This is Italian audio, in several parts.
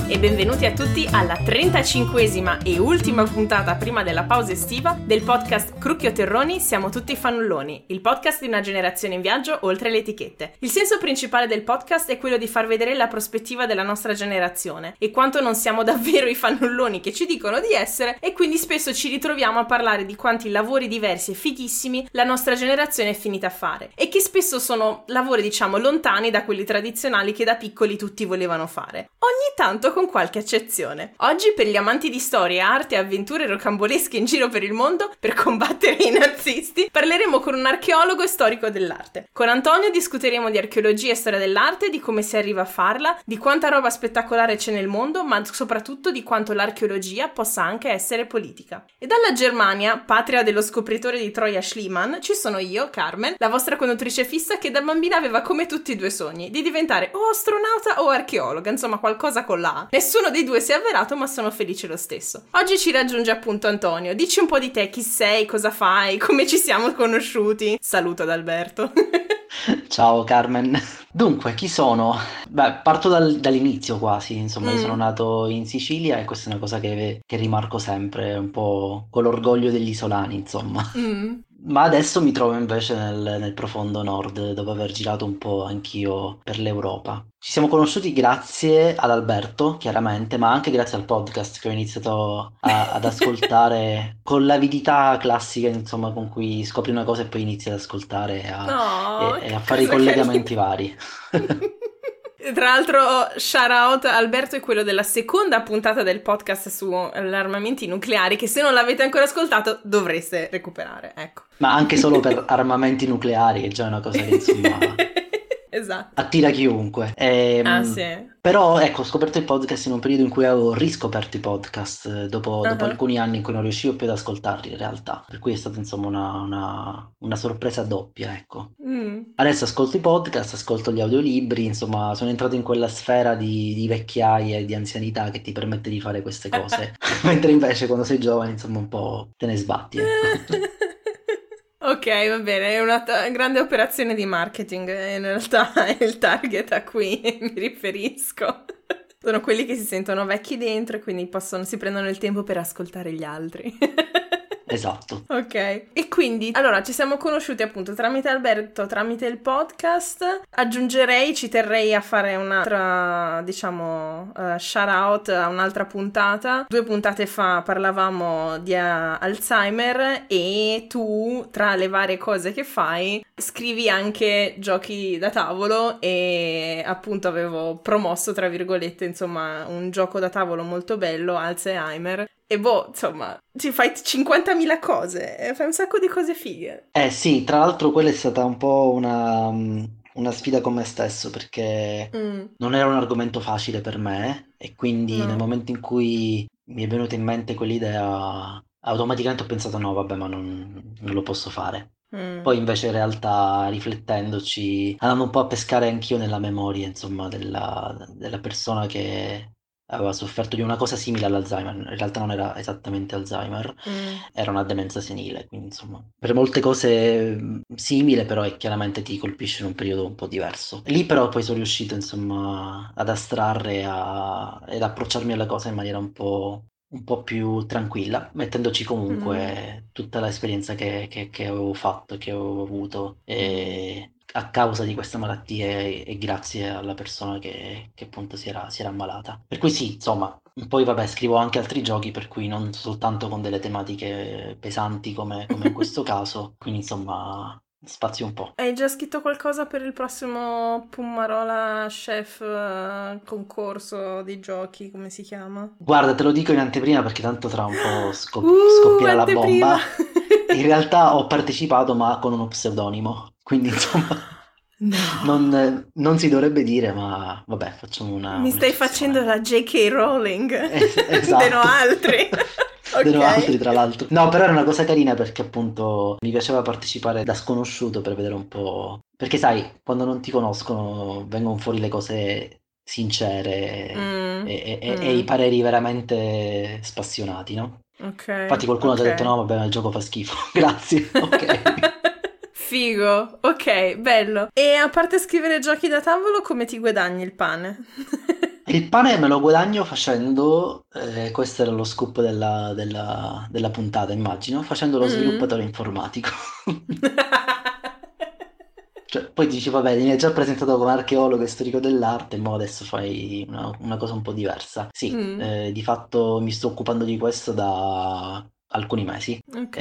e benvenuti a tutti alla 35esima e ultima puntata prima della pausa estiva del podcast Crucchio Terroni Siamo tutti fannulloni, il podcast di una generazione in viaggio oltre le etichette. Il senso principale del podcast è quello di far vedere la prospettiva della nostra generazione e quanto non siamo davvero i fannulloni che ci dicono di essere, e quindi spesso ci ritroviamo a parlare di quanti lavori diversi e fighissimi la nostra generazione è finita a fare e che spesso sono lavori, diciamo, lontani da quelli tradizionali che da piccoli tutti volevano fare. Ogni tanto con qualche eccezione. Oggi, per gli amanti di storia, arte e avventure rocambolesche in giro per il mondo per combattere i nazisti, parleremo con un archeologo e storico dell'arte. Con Antonio discuteremo di archeologia e storia dell'arte, di come si arriva a farla, di quanta roba spettacolare c'è nel mondo, ma soprattutto di quanto l'archeologia possa anche essere politica. E dalla Germania, patria dello scopritore di Troia Schliemann, ci sono io, Carmen, la vostra conduttrice fissa che da bambina aveva come tutti i due sogni, di diventare o astronauta o archeologa, insomma qualcosa con la A. Nessuno dei due si è avverato, ma sono felice lo stesso. Oggi ci raggiunge appunto Antonio. Dici un po' di te, chi sei, cosa fai, come ci siamo conosciuti. Saluto ad Alberto. Ciao Carmen. Dunque, chi sono? Beh, parto dall'inizio quasi, insomma, io sono nato in Sicilia e questa è una cosa che rimarco sempre, un po' con l'orgoglio degli isolani, insomma. Ma adesso mi trovo invece nel profondo nord, dopo aver girato un po' anch'io per l'Europa. Ci siamo conosciuti grazie ad Alberto, chiaramente, ma anche grazie al podcast che ho iniziato ad ascoltare con l'avidità classica, insomma, con cui scopri una cosa e poi inizi ad ascoltare e a fare i collegamenti vari. Tra l'altro, shout out, Alberto è quello della seconda puntata del podcast su armamenti nucleari, che se non l'avete ancora ascoltato dovreste recuperare, ecco. Ma anche solo per armamenti nucleari, che è già una cosa che insomma esatto. attira chiunque. Sì. Però ecco, ho scoperto il podcast in un periodo in cui avevo riscoperto i podcast, dopo alcuni anni in cui non riuscivo più ad ascoltarli in realtà, per cui è stata insomma una sorpresa doppia, ecco. Adesso ascolto i podcast, ascolto gli audiolibri, insomma sono entrato in quella sfera di vecchiaia e di anzianità che ti permette di fare queste cose, mentre invece quando sei giovane insomma un po' te ne sbatti, ecco. Ok, va bene, è una grande operazione di marketing, in realtà è il target a cui mi riferisco. Sono quelli che si sentono vecchi dentro e quindi si prendono il tempo per ascoltare gli altri. Esatto. Ok, e quindi, allora, ci siamo conosciuti appunto tramite Alberto, tramite il podcast. Ci terrei a fare un'altra, diciamo, shout out a un'altra puntata. 2 puntate fa parlavamo di Alzheimer e tu, tra le varie cose che fai, scrivi anche giochi da tavolo e appunto avevo promosso, tra virgolette, insomma, un gioco da tavolo molto bello, Alzheimer. E insomma, ci fai 50.000 cose, fai un sacco di cose fighe. Sì, tra l'altro quella è stata un po' una sfida con me stesso, perché non era un argomento facile per me e quindi nel momento in cui mi è venuta in mente quell'idea, automaticamente ho pensato no, vabbè, ma non lo posso fare. Poi invece in realtà riflettendoci, andando un po' a pescare anch'io nella memoria, insomma, della persona che aveva sofferto di una cosa simile all'Alzheimer, in realtà non era esattamente Alzheimer, era una demenza senile, quindi insomma per molte cose simile, però chiaramente ti colpisce in un periodo un po' diverso. Lì però poi sono riuscito insomma ad astrarre ed approcciarmi alla cosa in maniera un po' più tranquilla, mettendoci comunque tutta l'esperienza che avevo fatto, che avevo avuto a causa di queste malattie e grazie alla persona che appunto si era ammalata. Per cui sì, insomma, poi vabbè, scrivo anche altri giochi, per cui non soltanto con delle tematiche pesanti come in questo caso, quindi insomma spazio un po'. Hai già scritto qualcosa per il prossimo Pummarola Chef concorso di giochi, come si chiama? Guarda, te lo dico in anteprima perché tanto tra un po' scoppierà la bomba. In realtà ho partecipato ma con uno pseudonimo, quindi insomma non si dovrebbe dire, ma vabbè, facciamo Mi stai facendo la J.K. Rowling? Esatto. De no altri. Okay. Altri, tra l'altro. No, però era una cosa carina perché appunto mi piaceva partecipare da sconosciuto per vedere un po'. Perché sai, quando non ti conoscono vengono fuori le cose sincere e i pareri veramente spassionati, no? Ok. Infatti qualcuno ti ha detto no, vabbè, ma il gioco fa schifo. Grazie. Ok. Figo, ok, bello. E a parte scrivere giochi da tavolo, come ti guadagni il pane? Il pane me lo guadagno facendo, questo era lo scoop della puntata, immagino, facendo lo Mm. sviluppatore informatico. Cioè, poi dici, vabbè, mi hai già presentato come archeologo e storico dell'arte, ma adesso fai una cosa un po' diversa. Sì, Mm. di fatto mi sto occupando di questo da alcuni mesi Ok.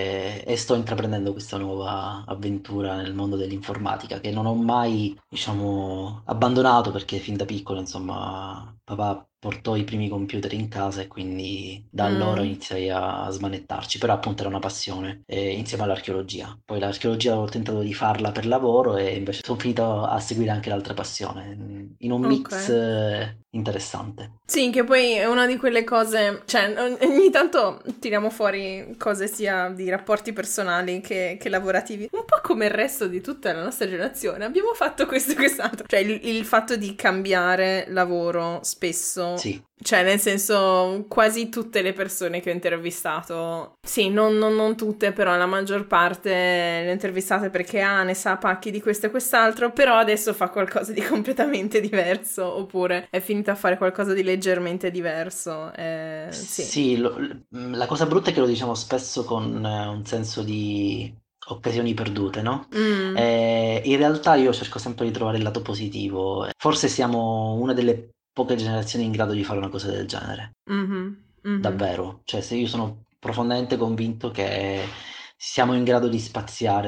e sto intraprendendo questa nuova avventura nel mondo dell'informatica che non ho mai, diciamo, abbandonato perché fin da piccolo, insomma, papà portò i primi computer in casa e quindi da allora Mm. iniziai a smanettarci, però appunto era una passione, insieme all'archeologia. Poi l'archeologia ho tentato di farla per lavoro e invece sono finito a seguire anche l'altra passione, in un Ok. mix interessante. Sì, che poi è una di quelle cose, cioè ogni tanto tiriamo fuori cose sia di rapporti personali che lavorativi, un po' come il resto di tutta la nostra generazione. Abbiamo fatto questo e quest'altro. Cioè il fatto di cambiare lavoro spesso, Sì, cioè nel senso quasi tutte le persone che ho intervistato, sì, non tutte, però la maggior parte le ho intervistate perché ne sa pacchi di questo e quest'altro, però adesso fa qualcosa di completamente diverso, oppure è finita a fare qualcosa di leggermente diverso. Sì. sì, la cosa brutta è che lo diciamo spesso con un senso di occasioni perdute, no? Mm, In realtà io cerco sempre di trovare il lato positivo. Forse siamo una delle poche generazioni in grado di fare una cosa del genere, mhm, mhm. davvero. Cioè, se io sono profondamente convinto che siamo in grado di spaziare,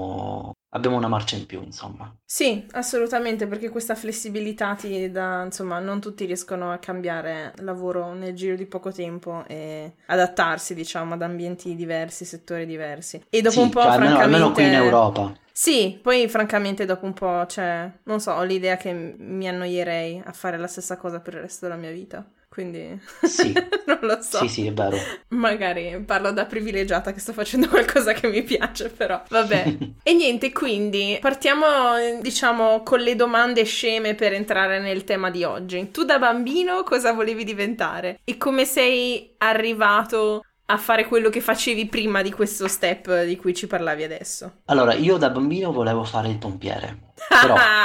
abbiamo una marcia in più, insomma. Sì, assolutamente, perché questa flessibilità ti dà, insomma, non tutti riescono a cambiare lavoro nel giro di poco tempo e adattarsi, diciamo, ad ambienti diversi, settori diversi. E dopo un Sì, po', cioè almeno qui in francamente, Europa. sì, poi francamente dopo un po', cioè, non so, ho l'idea che mi annoierei a fare la stessa cosa per il resto della mia vita. Quindi Sì, non lo sì, so. sì, è vero. Magari parlo da privilegiata che sto facendo qualcosa che mi piace, però vabbè. E niente, quindi partiamo, diciamo, con le domande sceme per entrare nel tema di oggi. Tu da bambino cosa volevi diventare? E come sei arrivato a fare quello che facevi prima di questo step di cui ci parlavi adesso? Allora, io da bambino volevo fare il pompiere, però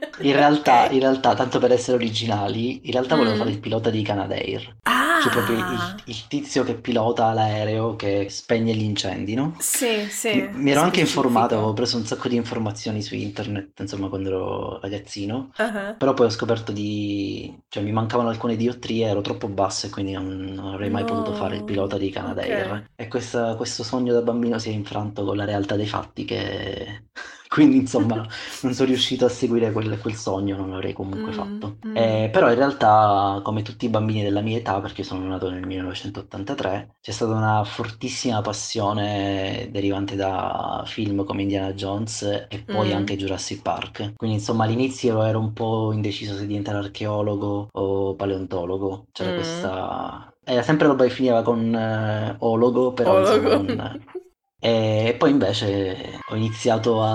Ok. in realtà, tanto per essere originali, in realtà volevo fare il Mm. pilota di Canadair, cioè proprio Ah, il tizio che pilota l'aereo che spegne gli incendi, no? sì, Mi, sì, mi ero anche informato, avevo specifico. preso un sacco di informazioni su internet, insomma, quando ero ragazzino, Ah, però poi ho scoperto cioè mi mancavano alcune diottrie, ero troppo basso e quindi non avrei mai potuto fare il pilota no, di ok. Canadair. E questo sogno da bambino si è infranto con la realtà dei fatti che... Quindi, insomma, non sono riuscito a seguire quel sogno, non l'avrei comunque Mm, fatto. mm, Però in realtà, come tutti i bambini della mia età, perché sono nato nel 1983, c'è stata una fortissima passione derivante da film come Indiana Jones e poi anche mm. Jurassic Park. Quindi, insomma, all'inizio ero un po' indeciso se diventare archeologo o paleontologo. C'era Mm. questa... Era sempre roba che finiva con ologo, però insomma Ologo. non... E poi invece ho iniziato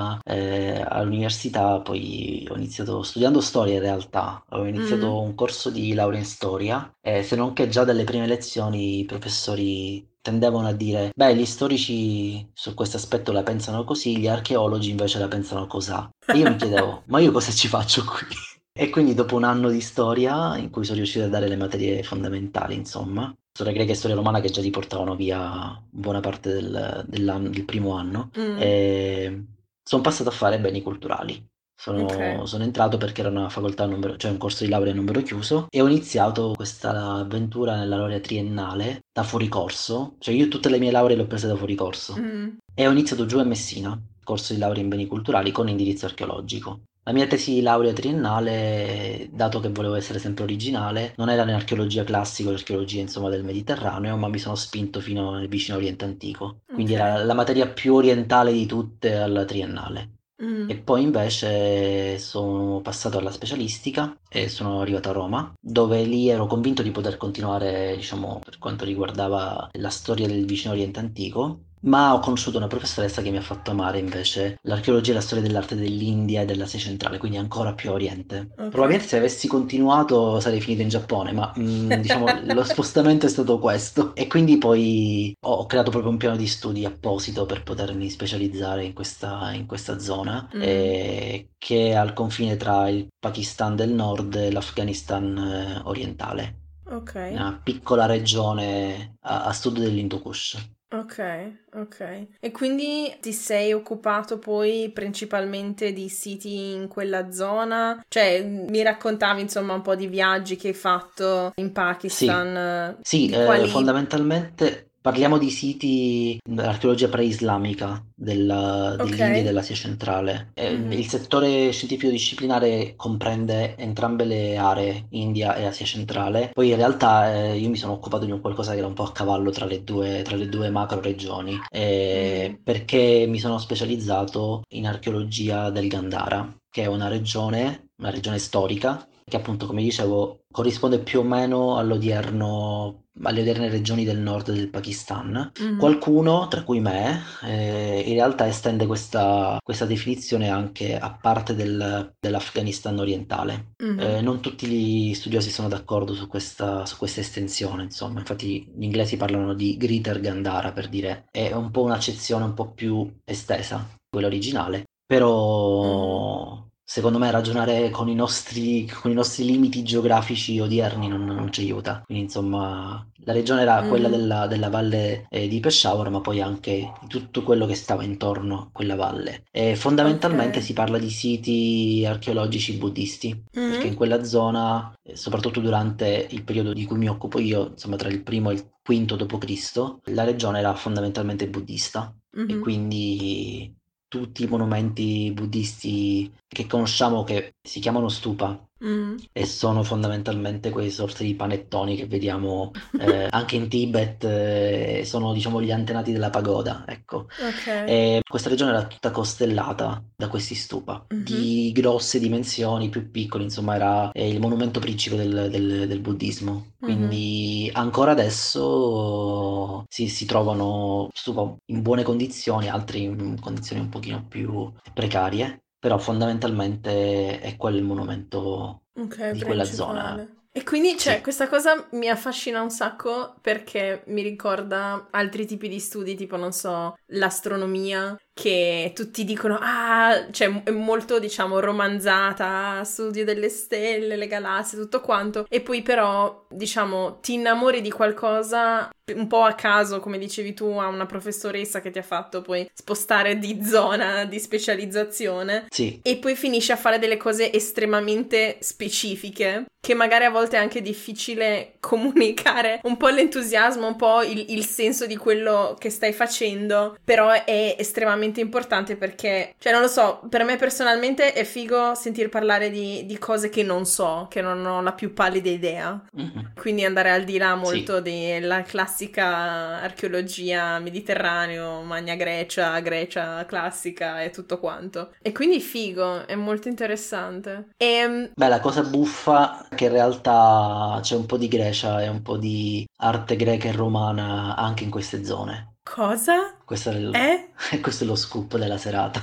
all'università, poi ho iniziato studiando storia in realtà, ho iniziato Mm. un corso di laurea in storia e se non che già dalle prime lezioni i professori tendevano a dire, beh, gli storici su questo aspetto la pensano così, gli archeologi invece la pensano cosà. E io mi chiedevo, ma io cosa ci faccio qui? E quindi dopo un anno di storia in cui sono riuscito a dare le materie fondamentali, insomma, storia greca e storia romana che già ti portavano via buona parte del primo anno, Mm. e sono passato a fare beni culturali. Ok. Sono entrato perché era una facoltà cioè un corso di laurea a numero chiuso e ho iniziato questa avventura nella laurea triennale da fuori corso, cioè io tutte le mie lauree le ho prese da fuori corso Mm. e ho iniziato giù a Messina, corso di laurea in beni culturali con indirizzo archeologico. La mia tesi di laurea triennale, dato che volevo essere sempre originale, non era in archeologia classica o archeologia insomma del Mediterraneo, ma mi sono spinto fino al vicino Oriente Antico. Quindi Ok. era la materia più orientale di tutte alla triennale. E Mm. poi invece sono passato alla specialistica e sono arrivato a Roma, dove lì ero convinto di poter continuare, diciamo, per quanto riguardava la storia del vicino Oriente Antico. ma ho conosciuto una professoressa che mi ha fatto amare invece l'archeologia e la storia dell'arte dell'India e dell'Asia centrale, quindi ancora più a oriente. Ok. Probabilmente se avessi continuato sarei finito in Giappone, ma diciamo lo spostamento è stato questo. E quindi poi ho creato proprio un piano di studi apposito per potermi specializzare in questa zona, Mm, che è al confine tra il Pakistan del nord e l'Afghanistan orientale, ok. una piccola regione a sud dell'Hindu Kush. Ok, ok. E quindi ti sei occupato poi principalmente di siti in quella zona? Cioè, mi raccontavi insomma un po' di viaggi che hai fatto in Sì, Pakistan, sì, di quali... fondamentalmente parliamo di siti dell'archeologia preislamica Ok. dell'India e dell'Asia centrale. Il Mhm, settore scientifico disciplinare comprende entrambe le aree, India e Asia centrale. Poi in realtà io mi sono occupato di un qualcosa che era un po' a cavallo tra le due macro regioni, mm, perché mi sono specializzato in archeologia del Gandhara, che è una regione storica che appunto, come dicevo, corrisponde più o meno alle odierne regioni del nord del Pakistan. mhm, Qualcuno, tra cui me, in realtà estende questa definizione anche a parte dell'Afghanistan orientale. mhm. Non tutti gli studiosi sono d'accordo su questa estensione, insomma, infatti gli inglesi parlano di Greater Gandhara per dire è un po' un'accezione un po' più estesa, quella originale. Mhm, Però secondo me ragionare con i nostri limiti geografici odierni non ci aiuta. Quindi insomma la regione era quella mhm. della valle di Peshawar, ma poi anche di tutto quello che stava intorno a quella valle. E Ok. fondamentalmente si parla di siti archeologici buddisti, perché in Mhm, quella zona, soprattutto durante il periodo di cui mi occupo io, insomma tra il primo e il quinto d.C., la regione era fondamentalmente buddista e mhm. quindi tutti i monumenti buddisti che conosciamo che si chiamano stupa Mm. e sono fondamentalmente quei sorti di panettoni che vediamo anche in Tibet, sono diciamo gli antenati della pagoda, ecco. Ok. E questa regione era tutta costellata da questi stupa, Mhm, di grosse dimensioni, più piccoli, insomma era il monumento principe del buddismo. mhm. Quindi ancora adesso si trovano stupa in buone condizioni, altri in condizioni un pochino più precarie, però fondamentalmente è quello il monumento Ok, di quella zona. principale. E quindi, cioè, Sì, questa cosa mi affascina un sacco perché mi ricorda altri tipi di studi, tipo, non so, l'astronomia, che tutti dicono, ah, cioè, è molto, diciamo, romanzata, studio delle stelle, le galassie, tutto quanto, e poi però, diciamo, ti innamori di qualcosa un po' a caso, come dicevi tu, a una professoressa che ti ha fatto poi spostare di zona di specializzazione sì. e poi finisci a fare delle cose estremamente specifiche che magari a volte è anche difficile comunicare un po' l'entusiasmo, un po' il senso di quello che stai facendo, però è estremamente importante perché, cioè non lo so, per me personalmente è figo sentir parlare di cose che non so, che non ho la più pallida idea. Mhm. Quindi andare al di là Sì. molto della classica archeologia mediterraneo, Magna Grecia, Grecia classica e tutto quanto. E quindi figo, è molto interessante. Beh, la cosa buffa è che in realtà c'è un po' di Grecia e un po' di arte greca e romana anche in queste zone. Cosa? Questo è Eh? questo è lo scoop della serata.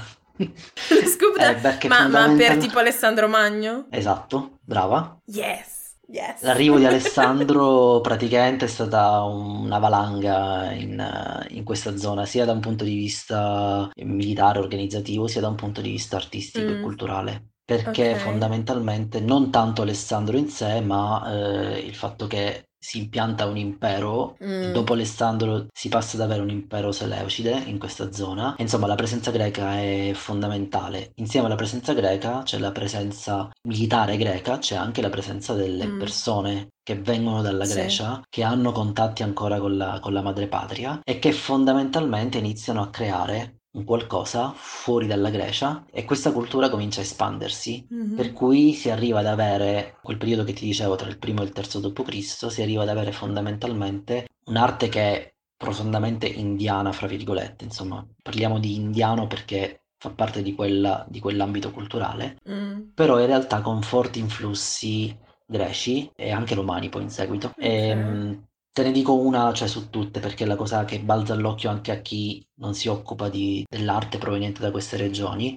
Lo scoop Perché ma per fondamentalmente... tipo Alessandro Magno? Esatto, brava. Yes, yes. L'arrivo di Alessandro praticamente è stata una valanga in questa zona, sia da un punto di vista militare, organizzativo, sia da un punto di vista artistico e Mm, culturale. Perché ok. fondamentalmente non tanto Alessandro in sé, ma il fatto che si impianta un impero e Mm, dopo Alessandro si passa ad avere un impero seleucide in questa zona. E insomma, la presenza greca è fondamentale. Insieme alla presenza greca c'è la presenza militare greca, c'è anche la presenza delle mm, persone che vengono dalla sì. Grecia, che hanno contatti ancora con la madrepatria e che fondamentalmente iniziano a creare un qualcosa fuori dalla Grecia e questa cultura comincia a espandersi. Per Mhm, cui si arriva ad avere, quel periodo che ti dicevo tra il primo e il terzo d.C., si arriva ad avere fondamentalmente un'arte che è profondamente indiana, fra virgolette, insomma, parliamo di indiano perché fa parte di quell'ambito culturale, mm, però in realtà con forti influssi greci e anche romani poi in seguito. ok. Te ne dico una, cioè su tutte, perché è la cosa che balza all'occhio anche a chi non si occupa dell'arte proveniente da queste regioni.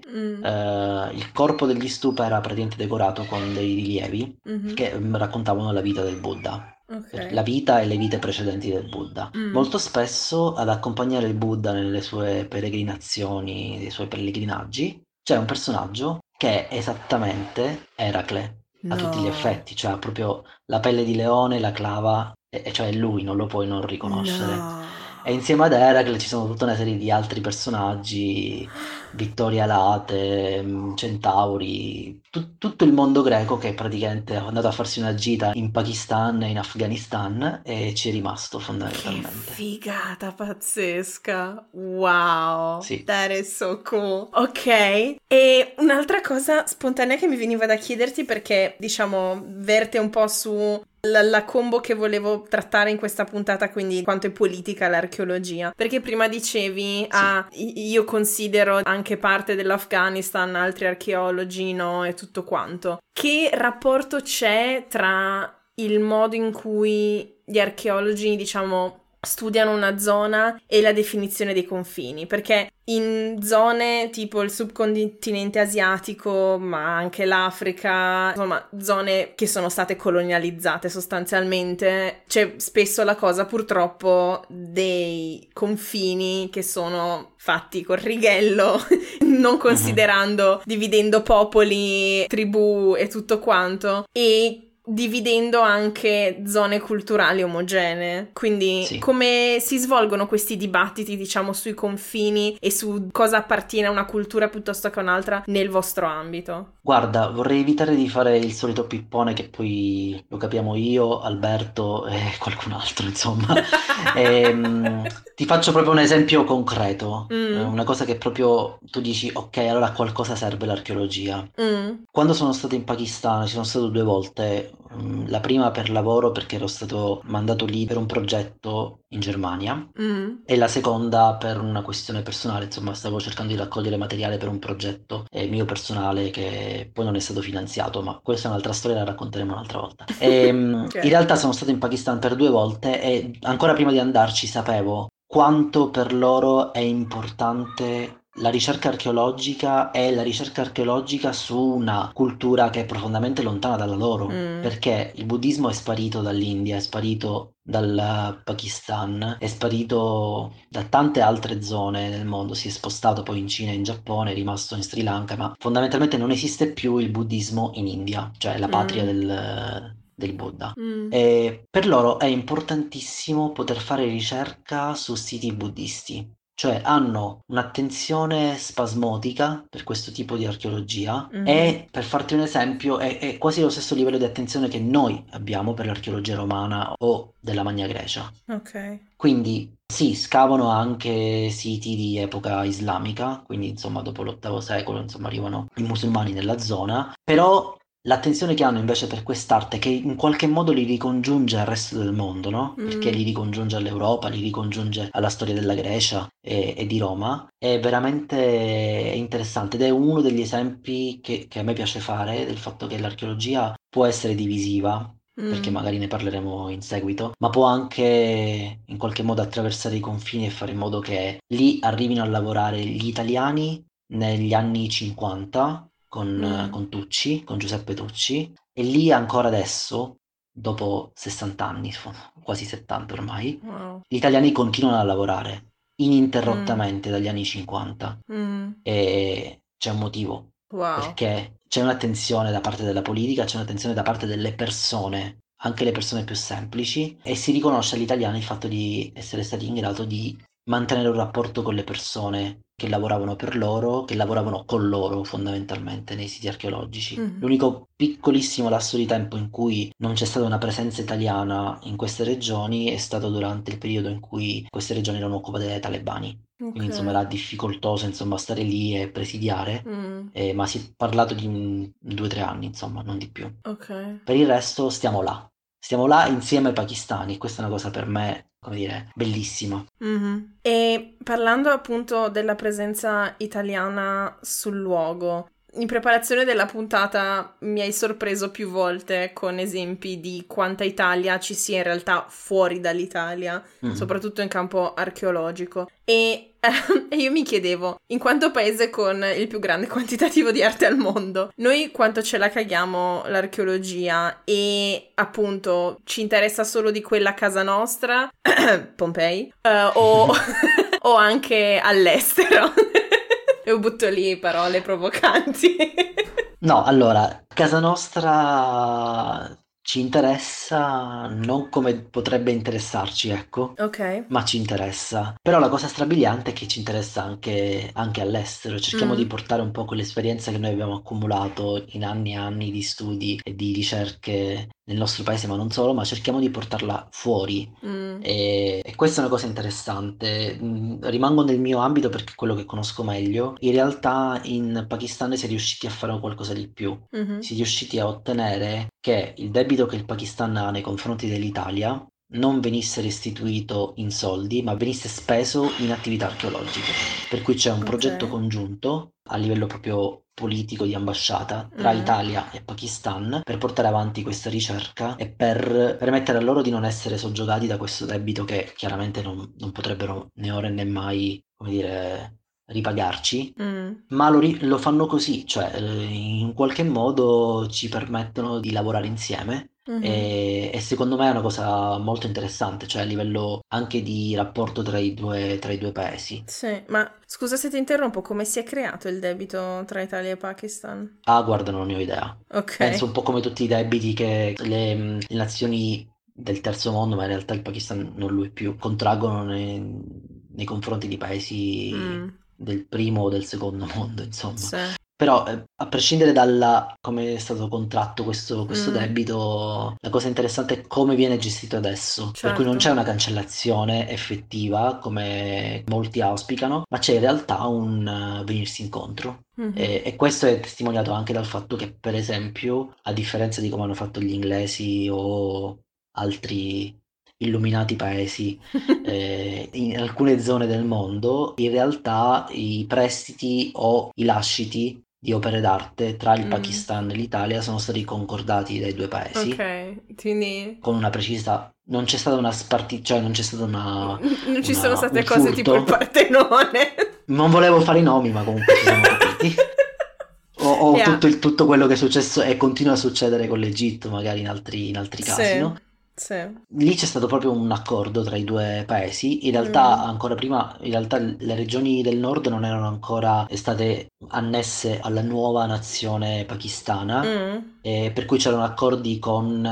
Il corpo degli stupa era praticamente decorato con dei rilievi che raccontavano la vita del Buddha. Ok. La vita e le vite precedenti del Buddha. Molto spesso ad accompagnare il Buddha nelle sue peregrinazioni, nei suoi pellegrinaggi, c'è un personaggio che è esattamente Eracle a tutti gli No, effetti, cioè ha proprio la pelle di leone, la clava, e cioè lui non lo puoi non riconoscere. E no. insieme ad Eracle ci sono tutta una serie di altri personaggi, Vittoria Alate, Centauri, tutto il mondo greco che praticamente è andato a farsi una gita in Pakistan e in Afghanistan e ci è rimasto Che fondamentalmente. figata pazzesca! Wow, Sì, that is so cool. Ok, e un'altra cosa spontanea che mi veniva da chiederti perché, diciamo, verte un po' su la combo che volevo trattare in questa puntata, quindi quanto è politica l'archeologia. Perché prima dicevi, sì. io considero anche parte dell'Afghanistan, altri archeologi, no, e tutto quanto. Che rapporto c'è tra il modo in cui gli archeologi, diciamo, studiano una zona e la definizione dei confini? Perché in zone tipo il subcontinente asiatico, ma anche l'Africa, insomma, zone che sono state colonializzate sostanzialmente, c'è spesso la cosa purtroppo dei confini che sono fatti col righello, non Mhm. considerando, dividendo popoli, tribù e tutto quanto, e dividendo anche zone culturali omogenee. Quindi Sì. come si svolgono questi dibattiti, diciamo, sui confini e su cosa appartiene a una cultura piuttosto che a un'altra nel vostro ambito? Guarda, vorrei evitare di fare il solito pippone che poi lo capiamo io, Alberto e qualcun altro, insomma. Ti faccio proprio un esempio concreto, Mm, una cosa che proprio tu dici, ok, allora a qualcosa serve l'archeologia. mm, Quando sono stato in Pakistan, ci sono stato 2 volte, la prima per lavoro perché ero stato mandato lì per un progetto in Germania mm, e la seconda per una questione personale, insomma, stavo cercando di raccogliere materiale per un progetto mio personale che poi non è stato finanziato, ma questa è un'altra storia, la racconteremo un'altra volta. In ok. realtà sono stato in Pakistan per 2 volte e ancora prima di andarci sapevo quanto per loro è importante la ricerca archeologica e la ricerca archeologica su una cultura che è profondamente lontana dalla loro, Mm, perché il buddismo è sparito dall'India, è sparito dal Pakistan, è sparito da tante altre zone del mondo, si è spostato poi in Cina e in Giappone, è rimasto in Sri Lanka, ma fondamentalmente non esiste più il buddismo in India, cioè la patria mm, del Buddha. mm, E per loro è importantissimo poter fare ricerca su siti buddisti, cioè hanno un'attenzione spasmodica per questo tipo di archeologia mhm, e per farti un esempio è quasi lo stesso livello di attenzione che noi abbiamo per l'archeologia romana o della Magna Grecia. ok. Quindi sì, scavano anche siti di epoca islamica, quindi insomma dopo l'VIII secolo insomma arrivano i musulmani nella zona, però l'attenzione che hanno invece per quest'arte che in qualche modo li ricongiunge al resto del mondo, no? Perché li Mm, ricongiunge all'Europa, li ricongiunge alla storia della Grecia e di Roma, è veramente interessante ed è uno degli esempi che a me piace fare del fatto che l'archeologia può essere divisiva perché mm, magari ne parleremo in seguito, ma può anche in qualche modo attraversare i confini e fare in modo che lì arrivino a lavorare gli italiani negli anni 50 mm, con Tucci, con Giuseppe Tucci, e lì ancora adesso, dopo 60 anni, quasi 70 ormai, wow. gli italiani continuano a lavorare Mm, ininterrottamente dagli anni 50 mm, e c'è un motivo wow. perché c'è un'attenzione da parte della politica, c'è un'attenzione da parte delle persone, anche le persone più semplici, e si riconosce agli italiani il fatto di essere stati in grado di mantenere un rapporto con le persone che lavoravano per loro, che lavoravano con loro fondamentalmente nei siti archeologici. Mm, L'unico piccolissimo lasso di tempo in cui non c'è stata una presenza italiana in queste regioni è stato durante il periodo in cui queste regioni erano occupate dai talebani. ok. Quindi insomma era difficoltoso insomma stare lì e presidiare, Mm, ma si è parlato di 2 o 3 anni, insomma, non di più. ok. Per il resto stiamo là insieme ai pakistani, e questa è una cosa per me, come dire, bellissima. Mhm. E parlando appunto della presenza italiana sul luogo, in preparazione della puntata mi hai sorpreso più volte con esempi di quanta Italia ci sia in realtà fuori dall'Italia, soprattutto in campo archeologico. E io mi chiedevo, in quanto paese con il più grande quantitativo di arte al mondo, noi quanto ce la caghiamo l'archeologia e appunto ci interessa solo di quella a casa nostra, Pompei, o anche all'estero? E butto lì parole provocanti. No, allora, casa nostra ci interessa non come potrebbe interessarci, ecco, Ok. ma ci interessa. Però la cosa strabiliante è che ci interessa anche all'estero. Cerchiamo di portare un po' quell'esperienza che noi abbiamo accumulato in anni e anni di studi e di ricerche nel nostro paese, ma non solo, ma cerchiamo di portarla fuori. E questa è una cosa interessante. Rimango nel mio ambito perché è quello che conosco meglio. In realtà in Pakistan si è riusciti a fare qualcosa di più. Si è riusciti a ottenere che il debito che il Pakistan ha nei confronti dell'Italia non venisse restituito in soldi, ma venisse speso in attività archeologiche. Per cui c'è un progetto congiunto a livello proprio politico di ambasciata tra Italia e Pakistan per portare avanti questa ricerca e per permettere a loro di non essere soggiogati da questo debito che chiaramente non potrebbero né ora né mai, come dire, ripagarci, ma lo fanno così, cioè in qualche modo ci permettono di lavorare insieme. E secondo me è una cosa molto interessante, cioè a livello anche di rapporto tra i due paesi. Sì, ma scusa se ti interrompo, come si è creato il debito tra Italia e Pakistan? Ah, guarda, non ne ho idea. Ok. Penso un po' come tutti i debiti che le nazioni del terzo mondo, ma in realtà il Pakistan non lo è più, contraggono nei confronti di paesi del primo o del secondo mondo, insomma. Sì. Però a prescindere dalla come è stato contratto questo debito, la cosa interessante è come viene gestito adesso. Per cui non c'è una cancellazione effettiva come molti auspicano, ma c'è in realtà un venirsi incontro. E questo è testimoniato anche dal fatto che, per esempio, a differenza di come hanno fatto gli inglesi o altri illuminati paesi in alcune zone del mondo, in realtà i prestiti o i lasciti di opere d'arte tra il Pakistan e l'Italia sono stati concordati dai due paesi. Ok, quindi Con una precisa. Non c'è stata una cioè non c'è stata non ci sono state un cose furto. tipo il Partenone. Non volevo fare i nomi, ma comunque ci siamo capiti. O Yeah. tutto quello che è successo e continua a succedere con l'Egitto, magari in altri casi, no? Sì. Lì c'è stato proprio un accordo tra i due paesi. In realtà, ancora prima, in realtà le regioni del nord non erano ancora state annesse alla nuova nazione pakistana, per cui c'erano accordi con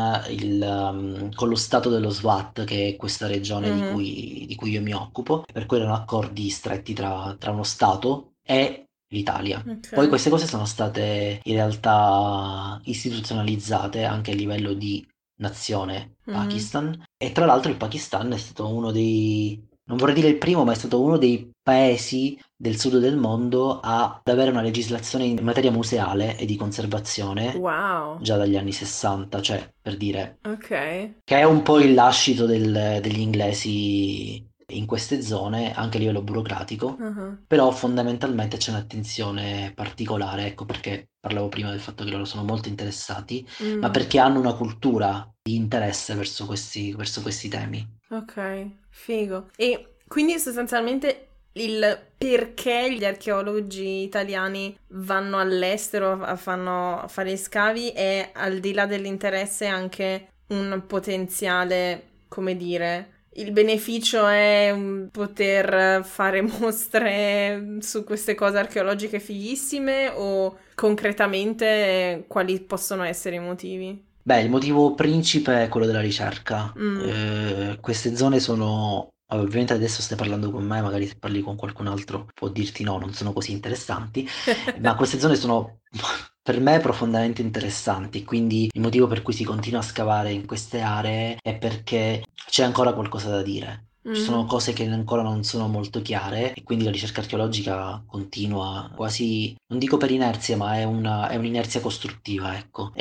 lo stato dello Swat, che è questa regione di cui io mi occupo, per cui erano accordi stretti tra uno stato e l'Italia. Poi queste cose sono state in realtà istituzionalizzate anche a livello di nazione Pakistan, e tra l'altro il Pakistan è stato uno non vorrei dire il primo, ma è stato uno dei paesi del sud del mondo ad avere una legislazione in materia museale e di conservazione già dagli anni 60, cioè per dire che è un po' il lascito degli inglesi in queste zone anche a livello burocratico, però fondamentalmente c'è un'attenzione particolare, ecco perché parlavo prima del fatto che loro sono molto interessati, ma perché hanno una cultura di interesse verso questi temi. Ok, figo. E quindi sostanzialmente il perché gli archeologi italiani vanno all'estero a fare scavi è, al di là dell'interesse, anche un potenziale, come dire, il beneficio è poter fare mostre su queste cose archeologiche fighissime, o concretamente quali possono essere i motivi? Beh, il motivo principe è quello della ricerca. Queste zone sono, ovviamente adesso stai parlando con me, magari se parli con qualcun altro può dirti no, non sono così interessanti, ma queste zone sono per me profondamente interessanti, quindi il motivo per cui si continua a scavare in queste aree è perché c'è ancora qualcosa da dire. Ci sono cose che ancora non sono molto chiare e quindi la ricerca archeologica continua quasi, non dico per inerzia, ma è un'inerzia costruttiva, ecco.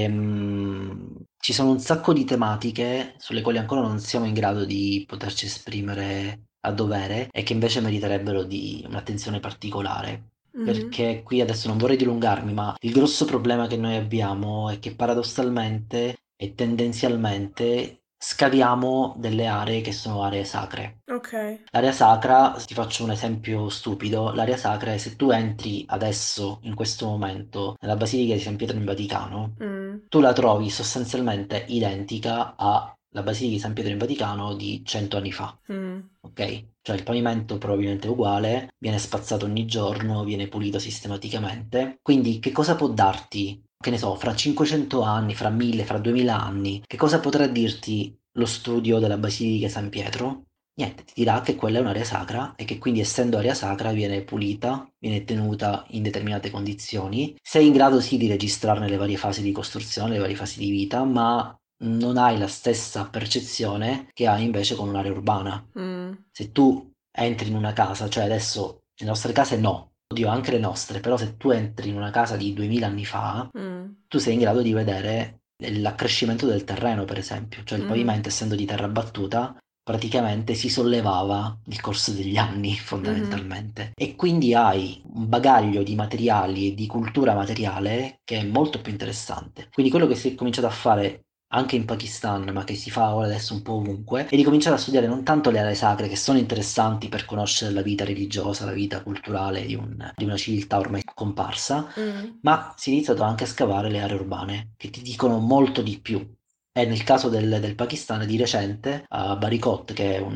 Ci sono un sacco di tematiche sulle quali ancora non siamo in grado di poterci esprimere a dovere e che invece meriterebbero di un'attenzione particolare. perché qui adesso non vorrei dilungarmi, ma il grosso problema che noi abbiamo è che paradossalmente e tendenzialmente scaviamo delle aree che sono aree sacre. Ok. L'area sacra, ti faccio un esempio stupido, l'area sacra è se tu entri adesso, in questo momento, nella Basilica di San Pietro in Vaticano, tu la trovi sostanzialmente identica alla Basilica di San Pietro in Vaticano di 100 anni fa. Ok? Cioè il pavimento probabilmente è uguale, viene spazzato ogni giorno, viene pulito sistematicamente. Quindi che cosa può darti, che ne so, fra 500 anni, fra 1000, fra 2000 anni, che cosa potrà dirti lo studio della Basilica di San Pietro? Niente, ti dirà che quella è un'area sacra e che quindi essendo area sacra viene pulita, viene tenuta in determinate condizioni. Sei in grado sì di registrarne le varie fasi di costruzione, le varie fasi di vita, ma non hai la stessa percezione che hai invece con un'area urbana. Se tu entri in una casa, cioè adesso le nostre case no, oddio anche le nostre, però se tu entri in una casa di 2000 anni fa, tu sei in grado di vedere l'accrescimento del terreno, per esempio, cioè il pavimento essendo di terra battuta praticamente si sollevava nel corso degli anni fondamentalmente e quindi hai un bagaglio di materiali e di cultura materiale che è molto più interessante. Quindi quello che si è cominciato a fare anche in Pakistan, ma che si fa ora adesso un po' ovunque, è di cominciare a studiare non tanto le aree sacre che sono interessanti per conoscere la vita religiosa, la vita culturale di una civiltà ormai scomparsa, ma si è iniziato anche a scavare le aree urbane che ti dicono molto di più. E nel caso del Pakistan di recente, a Barikot,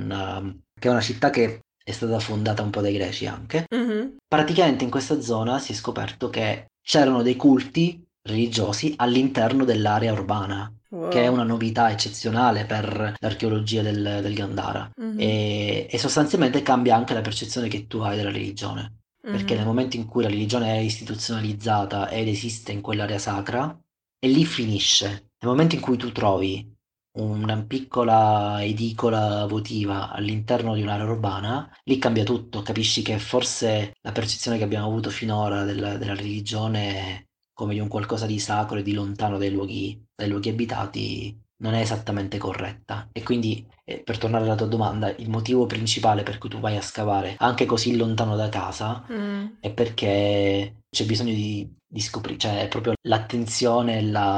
che è una città che è stata fondata un po' dai greci anche, praticamente in questa zona si è scoperto che c'erano dei culti religiosi all'interno dell'area urbana, che è una novità eccezionale per l'archeologia del Gandhara. E sostanzialmente cambia anche la percezione che tu hai della religione, perché nel momento in cui la religione è istituzionalizzata ed esiste in quell'area sacra, e lì finisce. Nel momento in cui tu trovi una piccola edicola votiva all'interno di un'area urbana, lì cambia tutto, capisci che forse la percezione che abbiamo avuto finora della religione come di un qualcosa di sacro e di lontano dai luoghi abitati non è esattamente corretta. E quindi, per tornare alla tua domanda, il motivo principale per cui tu vai a scavare anche così lontano da casa è perché c'è bisogno di scoprire, cioè è proprio l'attenzione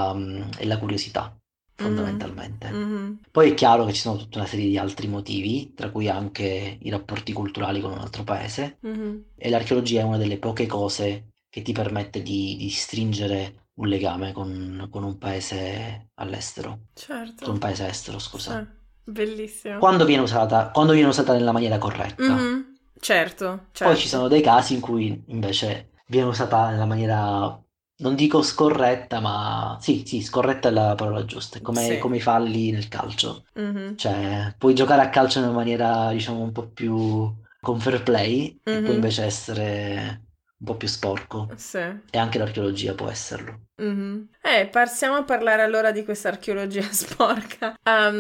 e la curiosità, fondamentalmente. Poi è chiaro che ci sono tutta una serie di altri motivi, tra cui anche i rapporti culturali con un altro paese, e l'archeologia è una delle poche cose che ti permette di stringere un legame con un paese all'estero, Certo. con un paese estero, scusa. Sì, bellissimo. Quando viene usata nella maniera corretta. Certo, Poi ci certo. sono dei casi in cui invece viene usata nella maniera, non dico scorretta, ma sì, scorretta è la parola giusta, è Sì. come i falli nel calcio. Cioè, puoi giocare a calcio in una maniera, diciamo, un po' più con fair play e puoi invece essere un po' più sporco. Sì. E anche l'archeologia può esserlo. Passiamo a parlare allora di questa archeologia sporca.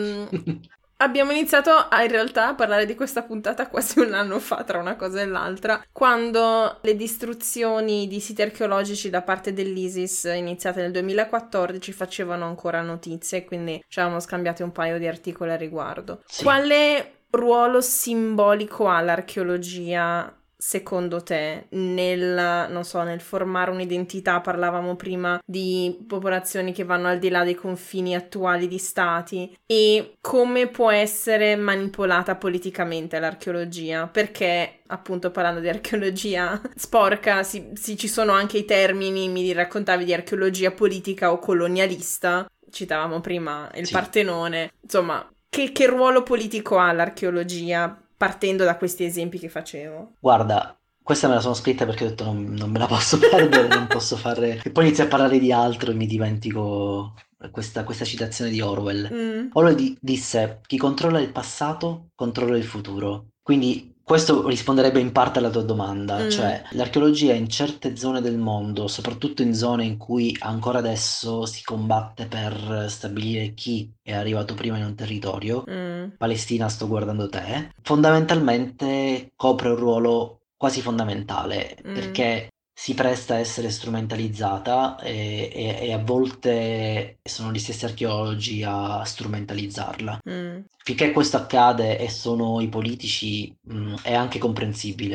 Abbiamo iniziato in realtà a parlare di questa puntata quasi un anno fa, tra una cosa e l'altra, quando le distruzioni di siti archeologici da parte dell'ISIS, iniziate nel 2014, facevano ancora notizie, quindi ci avevamo scambiato un paio di articoli a riguardo. Sì. Quale ruolo simbolico ha l'archeologia secondo te nel formare un'identità? Parlavamo prima di popolazioni che vanno al di là dei confini attuali di stati, e come può essere manipolata politicamente l'archeologia, perché appunto parlando di archeologia sporca ci sono anche i termini, mi raccontavi di archeologia politica o colonialista, citavamo prima il Partenone, insomma, che ruolo politico ha l'archeologia partendo da questi esempi che facevo? Guarda, questa me la sono scritta perché ho detto non me la posso perdere, non posso fare... E poi inizio a parlare di altro e mi dimentico questa citazione di Orwell. Orwell disse, chi controlla il passato controlla il futuro. Quindi questo risponderebbe in parte alla tua domanda, cioè l'archeologia in certe zone del mondo, soprattutto in zone in cui ancora adesso si combatte per stabilire chi è arrivato prima in un territorio, Palestina sto guardando te, fondamentalmente copre un ruolo quasi fondamentale perché si presta a essere strumentalizzata e a volte sono gli stessi archeologi a strumentalizzarla. Finché questo accade e sono i politici, è anche comprensibile.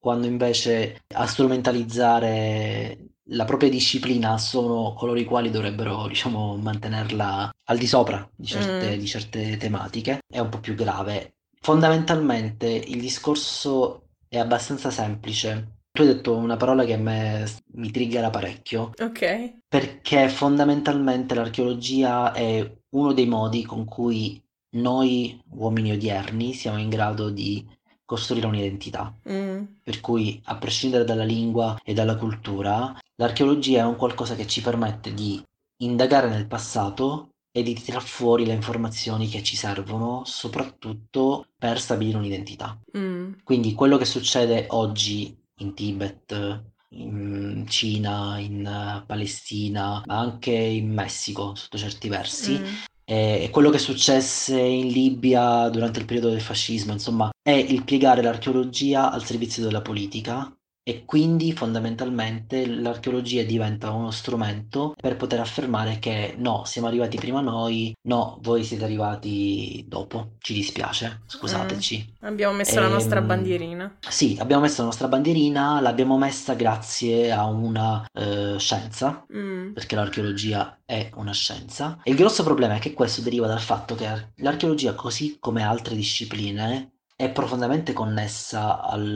quando invece a strumentalizzare la propria disciplina sono coloro i quali dovrebbero, diciamo, mantenerla al di sopra di certe tematiche, è un po' più grave. Fondamentalmente il discorso è abbastanza semplice. Tu hai detto una parola che a me mi triggera parecchio. Ok. Perché fondamentalmente l'archeologia è uno dei modi con cui noi, uomini odierni, siamo in grado di costruire un'identità. Per cui, a prescindere dalla lingua e dalla cultura, l'archeologia è un qualcosa che ci permette di indagare nel passato e di tirar fuori le informazioni che ci servono, soprattutto per stabilire un'identità. Quindi quello che succede oggi in Tibet, in Cina, in Palestina, ma anche in Messico sotto certi versi, e quello che successe in Libia durante il periodo del fascismo, insomma, è il piegare l'archeologia al servizio della politica e quindi fondamentalmente l'archeologia diventa uno strumento per poter affermare che no, siamo arrivati prima noi, no, voi siete arrivati dopo, ci dispiace, scusateci. Abbiamo messo la nostra bandierina. Sì, abbiamo messo la nostra bandierina, l'abbiamo messa grazie a una scienza, perché l'archeologia è una scienza. E il grosso problema è che questo deriva dal fatto che l'archeologia, così come altre discipline, è profondamente connessa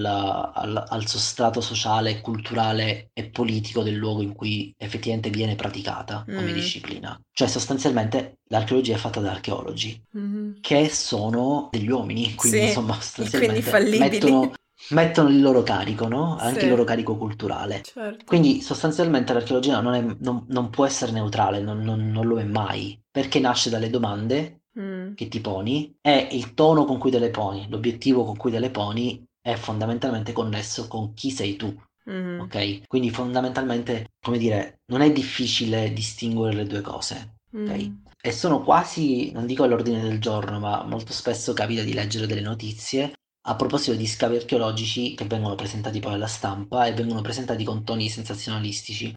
al sostrato sociale, culturale e politico del luogo in cui effettivamente viene praticata come disciplina. Cioè sostanzialmente l'archeologia è fatta da archeologi, che sono degli uomini, quindi insomma sostanzialmente mettono il loro carico, no? Anche il loro carico culturale. Certo. Quindi sostanzialmente l'archeologia non può essere neutrale, non lo è mai, perché nasce dalle domande che ti poni e il tono con cui te le poni, l'obiettivo con cui te le poni è fondamentalmente connesso con chi sei tu. Ok? Quindi fondamentalmente, come dire, non è difficile distinguere le due cose, ok? E sono quasi, non dico all'ordine del giorno, ma molto spesso capita di leggere delle notizie a proposito di scavi archeologici che vengono presentati poi alla stampa e vengono presentati con toni sensazionalistici.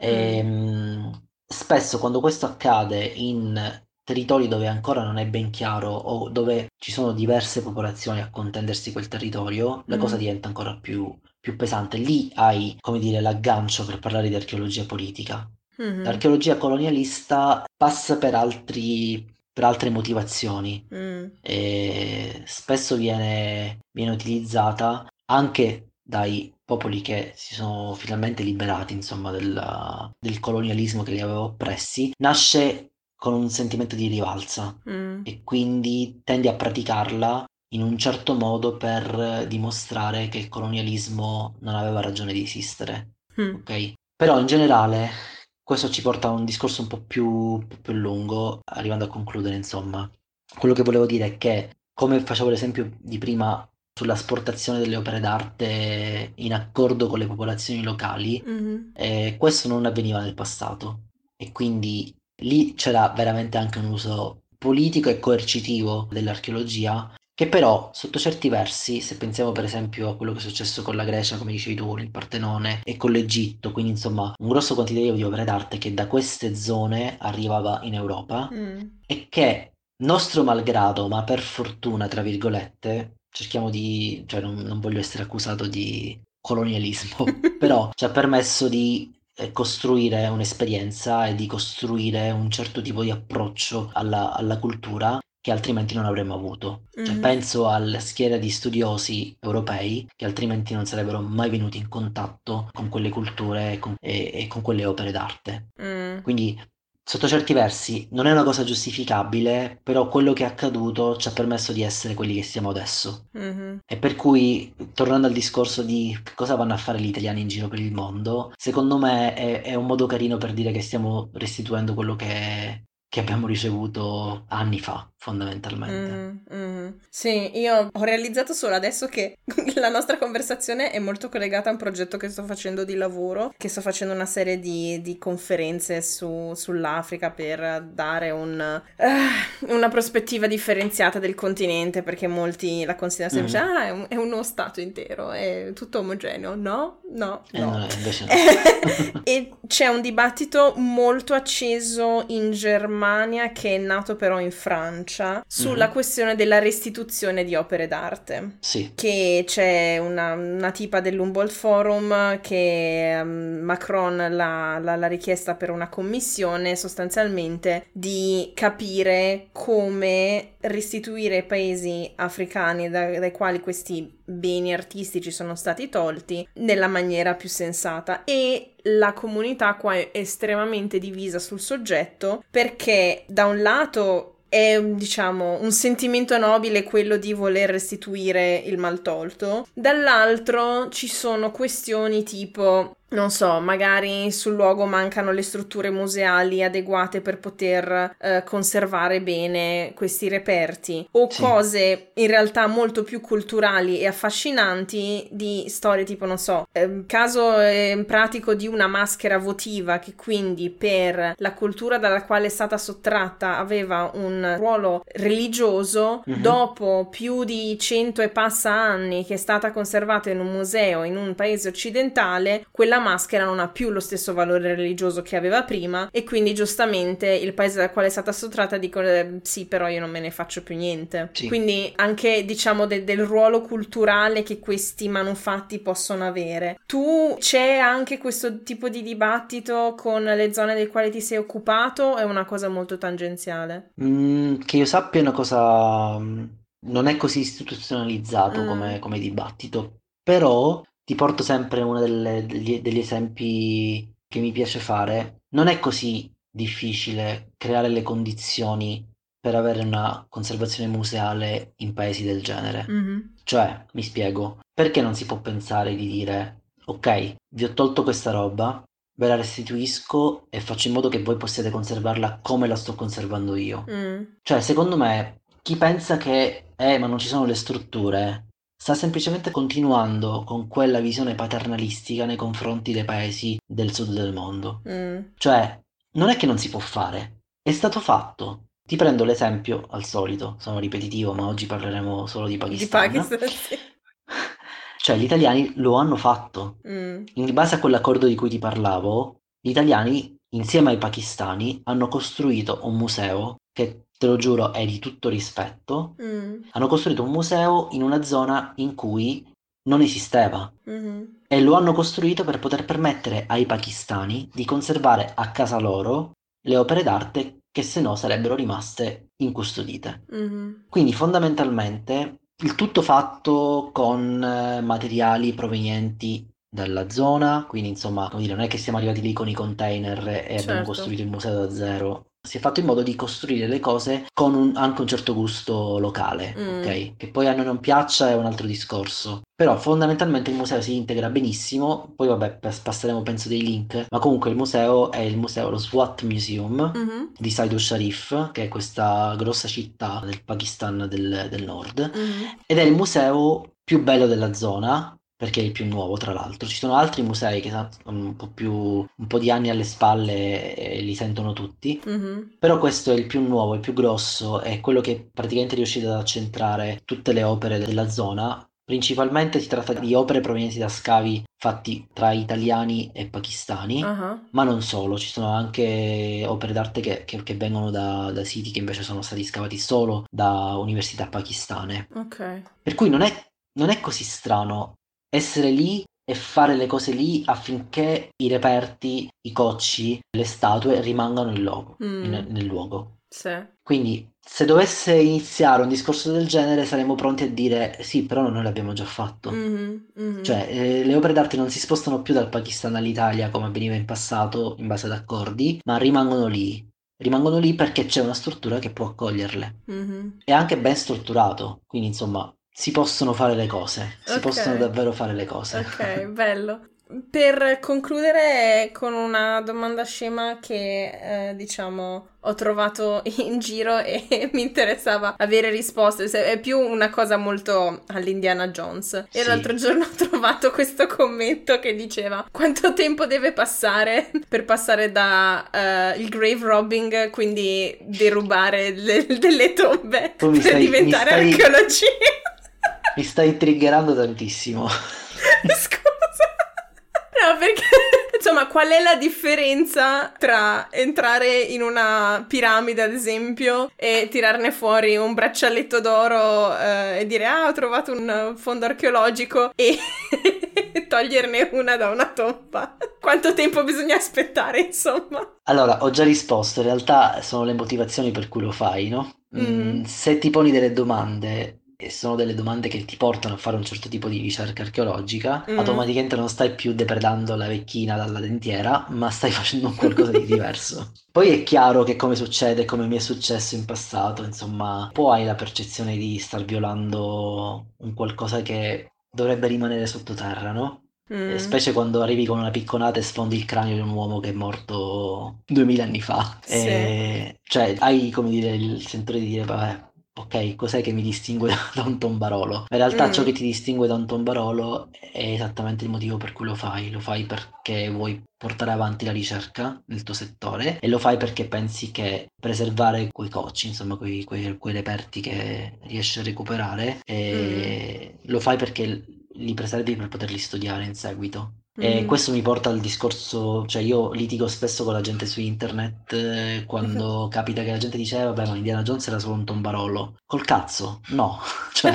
Spesso quando questo accade in territori dove ancora non è ben chiaro o dove ci sono diverse popolazioni a contendersi quel territorio, la cosa diventa ancora più pesante. Lì hai, come dire, l'aggancio per parlare di archeologia politica. L'archeologia colonialista passa per altre motivazioni e spesso viene utilizzata anche dai popoli che si sono finalmente liberati, insomma, del colonialismo che li aveva oppressi, nasce con un sentimento di rivalsa e quindi tende a praticarla in un certo modo per dimostrare che il colonialismo non aveva ragione di esistere, ok? Però in generale questo ci porta a un discorso un po' più lungo, arrivando a concludere, insomma. Quello che volevo dire è che, come facevo l'esempio di prima sull'asportazione delle opere d'arte in accordo con le popolazioni locali, questo non avveniva nel passato e quindi lì c'era veramente anche un uso politico e coercitivo dell'archeologia che però sotto certi versi, se pensiamo per esempio a quello che è successo con la Grecia, come dicevi tu, con il Partenone e con l'Egitto, quindi insomma un grosso quantitativo di opere d'arte che da queste zone arrivava in Europa e che nostro malgrado, ma per fortuna, tra virgolette, cerchiamo di, cioè non voglio essere accusato di colonialismo, però ci ha permesso di costruire un'esperienza e di costruire un certo tipo di approccio alla cultura che altrimenti non avremmo avuto. Cioè, penso alle schiere di studiosi europei che altrimenti non sarebbero mai venuti in contatto con quelle culture e con quelle opere d'arte. Quindi, sotto certi versi, non è una cosa giustificabile, però quello che è accaduto ci ha permesso di essere quelli che siamo adesso. E per cui, tornando al discorso di cosa vanno a fare gli italiani in giro per il mondo, secondo me è un modo carino per dire che stiamo restituendo quello che abbiamo ricevuto anni fa, fondamentalmente. Sì, io ho realizzato solo adesso che la nostra conversazione è molto collegata a un progetto che sto facendo di lavoro, che sto facendo una serie di conferenze sull'Africa per dare una prospettiva differenziata del continente, perché molti la considerano sempre, è uno stato intero, è tutto omogeneo. No. Invece no. E c'è un dibattito molto acceso in Germania che è nato però in Francia, pronuncia sulla questione della restituzione di opere d'arte. Sì. Che c'è una tipa dell'Humboldt Forum che Macron l'ha richiesta per una commissione, sostanzialmente di capire come restituire ai paesi africani dai quali questi beni artistici sono stati tolti nella maniera più sensata, e la comunità qua è estremamente divisa sul soggetto, perché da un lato è, diciamo, un sentimento nobile quello di voler restituire il mal tolto, dall'altro ci sono questioni tipo, non so, magari sul luogo mancano le strutture museali adeguate per poter conservare bene questi reperti, o Sì. cose in realtà molto più culturali e affascinanti di storie tipo, non so, caso pratico di una maschera votiva che quindi per la cultura dalla quale è stata sottratta aveva un ruolo religioso, dopo più di 100 e passa anni che è stata conservata in un museo in un paese occidentale, quella maschera non ha più lo stesso valore religioso che aveva prima, e quindi giustamente il paese dal quale è stata sottratta dicono sì, però io non me ne faccio più niente. Sì. Quindi anche, diciamo, del ruolo culturale che questi manufatti possono avere. Tu, c'è anche questo tipo di dibattito con le zone delle quali ti sei occupato, o è una cosa molto tangenziale? Che io sappia è una cosa, non è così istituzionalizzato come dibattito, però ti porto sempre uno degli esempi che mi piace fare. Non è così difficile creare le condizioni per avere una conservazione museale in paesi del genere. Cioè, mi spiego, perché non si può pensare di dire, ok, vi ho tolto questa roba, ve la restituisco e faccio in modo che voi possiate conservarla come la sto conservando io. Cioè, secondo me, chi pensa che, ma non ci sono le strutture, sta semplicemente continuando con quella visione paternalistica nei confronti dei paesi del sud del mondo. Cioè, non è che non si può fare, è stato fatto. Ti prendo l'esempio, al solito, sono ripetitivo, ma oggi parleremo solo di Pakistan. Di Pakistan, sì. Cioè, gli italiani lo hanno fatto. In base a quell'accordo di cui ti parlavo, gli italiani, insieme ai pakistani, hanno costruito un museo che, te lo giuro, è di tutto rispetto. Hanno costruito un museo in una zona in cui non esisteva. E lo hanno costruito per poter permettere ai pakistani di conservare a casa loro le opere d'arte che se no sarebbero rimaste incustodite. Quindi fondamentalmente il tutto fatto con materiali provenienti dalla zona, quindi insomma, come dire, non è che siamo arrivati lì con i container e abbiamo costruito il museo da zero. Si è fatto in modo di costruire le cose con anche un certo gusto locale, ok? Che poi a noi non piaccia è un altro discorso. Però fondamentalmente il museo si integra benissimo, poi vabbè passeremo penso dei link, ma comunque il museo è lo Swat Museum di Saidu Sharif, che è questa grossa città del Pakistan del nord, ed è il museo più bello della zona, perché è il più nuovo tra l'altro. Ci sono altri musei che hanno un po' di anni alle spalle e li sentono tutti, però questo è il più nuovo, il più grosso, è quello che praticamente è riuscito ad accentrare tutte le opere della zona. Principalmente si tratta di opere provenienti da scavi fatti tra italiani e pakistani, ma non solo, ci sono anche opere d'arte che vengono da siti che invece sono stati scavati solo da università pakistane. Per cui non è così strano essere lì e fare le cose lì affinché i reperti, i cocci, le statue rimangano nel luogo. Sì. Quindi se dovesse iniziare un discorso del genere saremmo pronti a dire sì, però noi l'abbiamo già fatto. Cioè le opere d'arte non si spostano più dal Pakistan all'Italia come avveniva in passato in base ad accordi, ma rimangono lì. Rimangono lì perché c'è una struttura che può accoglierle. È anche ben strutturato, quindi insomma si possono fare le cose, si possono davvero fare le cose. Ok, bello. Per concludere con una domanda scema che diciamo ho trovato in giro e mi interessava avere risposte, è più una cosa molto all'Indiana Jones. E l'altro giorno ho trovato questo commento che diceva: quanto tempo deve passare per passare da il grave robbing, quindi derubare delle tombe, per diventare archeologia? Mi stai triggerando tantissimo. Scusa. No, perché insomma ma qual è la differenza tra entrare in una piramide, ad esempio, e tirarne fuori un braccialetto d'oro e dire ho trovato un fondo archeologico, e toglierne una da una tomba? Quanto tempo bisogna aspettare, insomma? Allora, ho già risposto, in realtà sono le motivazioni per cui lo fai, no? Se ti poni delle domande e sono delle domande che ti portano a fare un certo tipo di ricerca archeologica, automaticamente non stai più depredando la vecchina dalla dentiera, ma stai facendo un qualcosa di diverso. Poi è chiaro che, come succede, come mi è successo in passato, insomma, un po' hai la percezione di star violando un qualcosa che dovrebbe rimanere sottoterra, no? Specie quando arrivi con una picconata e sfondi il cranio di un uomo che è morto 2000 anni fa. Sì. Cioè, hai, come dire, il sentore di dire, vabbè, ok, cos'è che mi distingue da un tombarolo? In realtà ciò che ti distingue da un tombarolo è esattamente il motivo per cui lo fai. Lo fai perché vuoi portare avanti la ricerca nel tuo settore, e lo fai perché pensi che preservare quei cocci, insomma, quei reperti che riesci a recuperare, lo fai perché li preservi per poterli studiare in seguito. E questo mi porta al discorso, cioè io litigo spesso con la gente su internet quando capita che la gente dice vabbè, ma Indiana Jones era solo un tombarolo. Col cazzo, no. Cioè,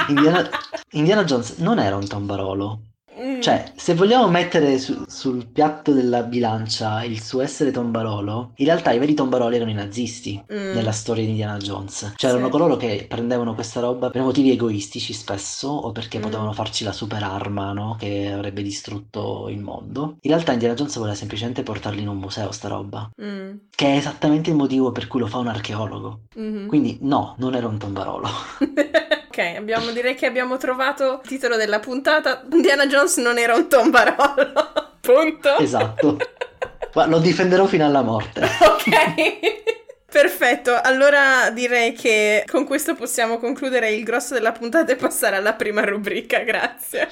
Indiana Jones non era un tombarolo. Cioè, se vogliamo mettere sul piatto della bilancia il suo essere tombarolo, in realtà i veri tombaroli erano i nazisti nella storia di Indiana Jones. Cioè, erano coloro che prendevano questa roba per motivi egoistici spesso, o perché potevano farci la super arma, no? Che avrebbe distrutto il mondo. In realtà Indiana Jones voleva semplicemente portarli in un museo, sta roba. Che è esattamente il motivo per cui lo fa un archeologo. Quindi no, non era un tombarolo. Ok, direi che abbiamo trovato il titolo della puntata. Indiana Jones non era un tombarolo. Punto. Esatto. Ma lo difenderò fino alla morte. Ok. Perfetto, allora direi che con questo possiamo concludere il grosso della puntata e passare alla prima rubrica, grazie.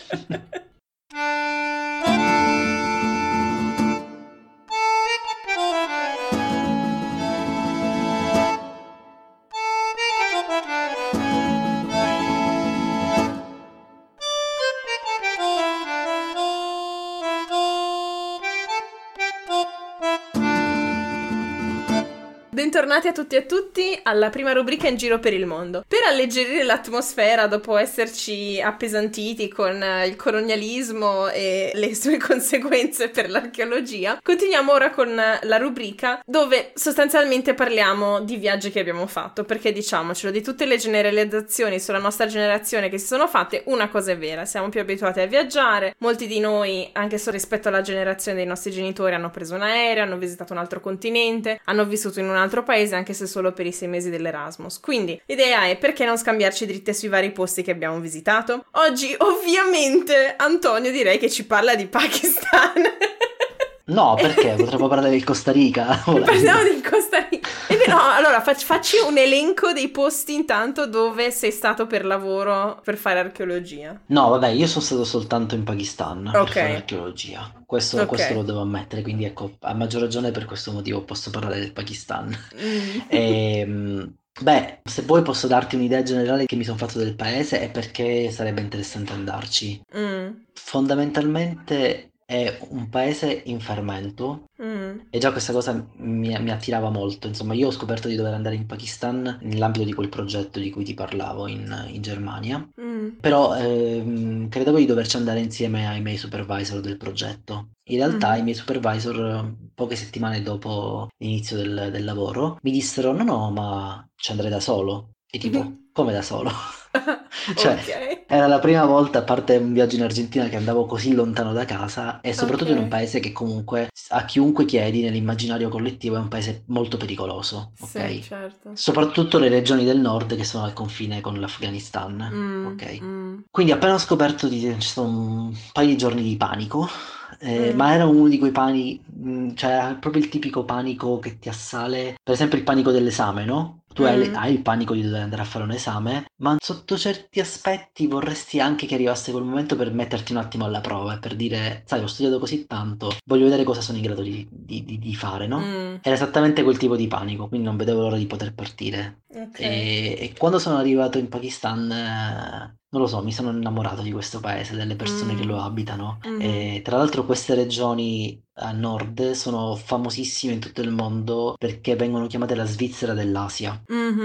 Bentornati a tutti e a tutti alla prima rubrica in giro per il mondo. Per alleggerire l'atmosfera dopo esserci appesantiti con il colonialismo e le sue conseguenze per l'archeologia, continuiamo ora con la rubrica dove sostanzialmente parliamo di viaggi che abbiamo fatto, perché diciamocelo, di tutte le generalizzazioni sulla nostra generazione che si sono fatte, una cosa è vera: siamo più abituati a viaggiare. Molti di noi, anche solo rispetto alla generazione dei nostri genitori, hanno preso un aereo, hanno visitato un altro continente, hanno vissuto in un altro paese, anche se solo per i 6 mesi dell'Erasmus. Quindi l'idea è: perché non scambiarci dritte sui vari posti che abbiamo visitato? Oggi ovviamente Antonio direi che ci parla di Pakistan. No, perché? Potremmo parlare del Costa Rica. Parliamo del Costa Rica. No, allora facci un elenco dei posti intanto dove sei stato per lavoro per fare archeologia. No, vabbè, io sono stato soltanto in Pakistan per fare archeologia. Questo lo devo ammettere, quindi ecco, a maggior ragione per questo motivo posso parlare del Pakistan. Beh, se vuoi posso darti un'idea generale che mi sono fatto del paese e perché sarebbe interessante andarci. Fondamentalmente è un paese in fermento, e già questa cosa mi attirava molto. Insomma, io ho scoperto di dover andare in Pakistan nell'ambito di quel progetto di cui ti parlavo in Germania, però credevo di doverci andare insieme ai miei supervisor del progetto. In realtà i miei supervisor, poche settimane dopo l'inizio del lavoro, mi dissero no, ma ci andrei da solo. E tipo, come da solo? Cioè, era la prima volta, a parte un viaggio in Argentina, che andavo così lontano da casa, e soprattutto in un paese che comunque a chiunque chiedi nell'immaginario collettivo è un paese molto pericoloso, ok? Sì, certo. Soprattutto le regioni del nord che sono al confine con l'Afghanistan, ok? Quindi appena ho scoperto c'è stato un paio di giorni di panico, ma era uno di quei cioè proprio il tipico panico che ti assale, per esempio il panico dell'esame, no? Tu hai il panico di dover andare a fare un esame, ma sotto certi aspetti vorresti anche che arrivasse quel momento per metterti un attimo alla prova e per dire, sai, ho studiato così tanto, voglio vedere cosa sono in grado di fare, no? Era esattamente quel tipo di panico, quindi non vedevo l'ora di poter partire. E quando sono arrivato in Pakistan, non lo so, mi sono innamorato di questo paese, delle persone che lo abitano. E tra l'altro queste regioni a nord sono famosissime in tutto il mondo perché vengono chiamate la Svizzera dell'Asia.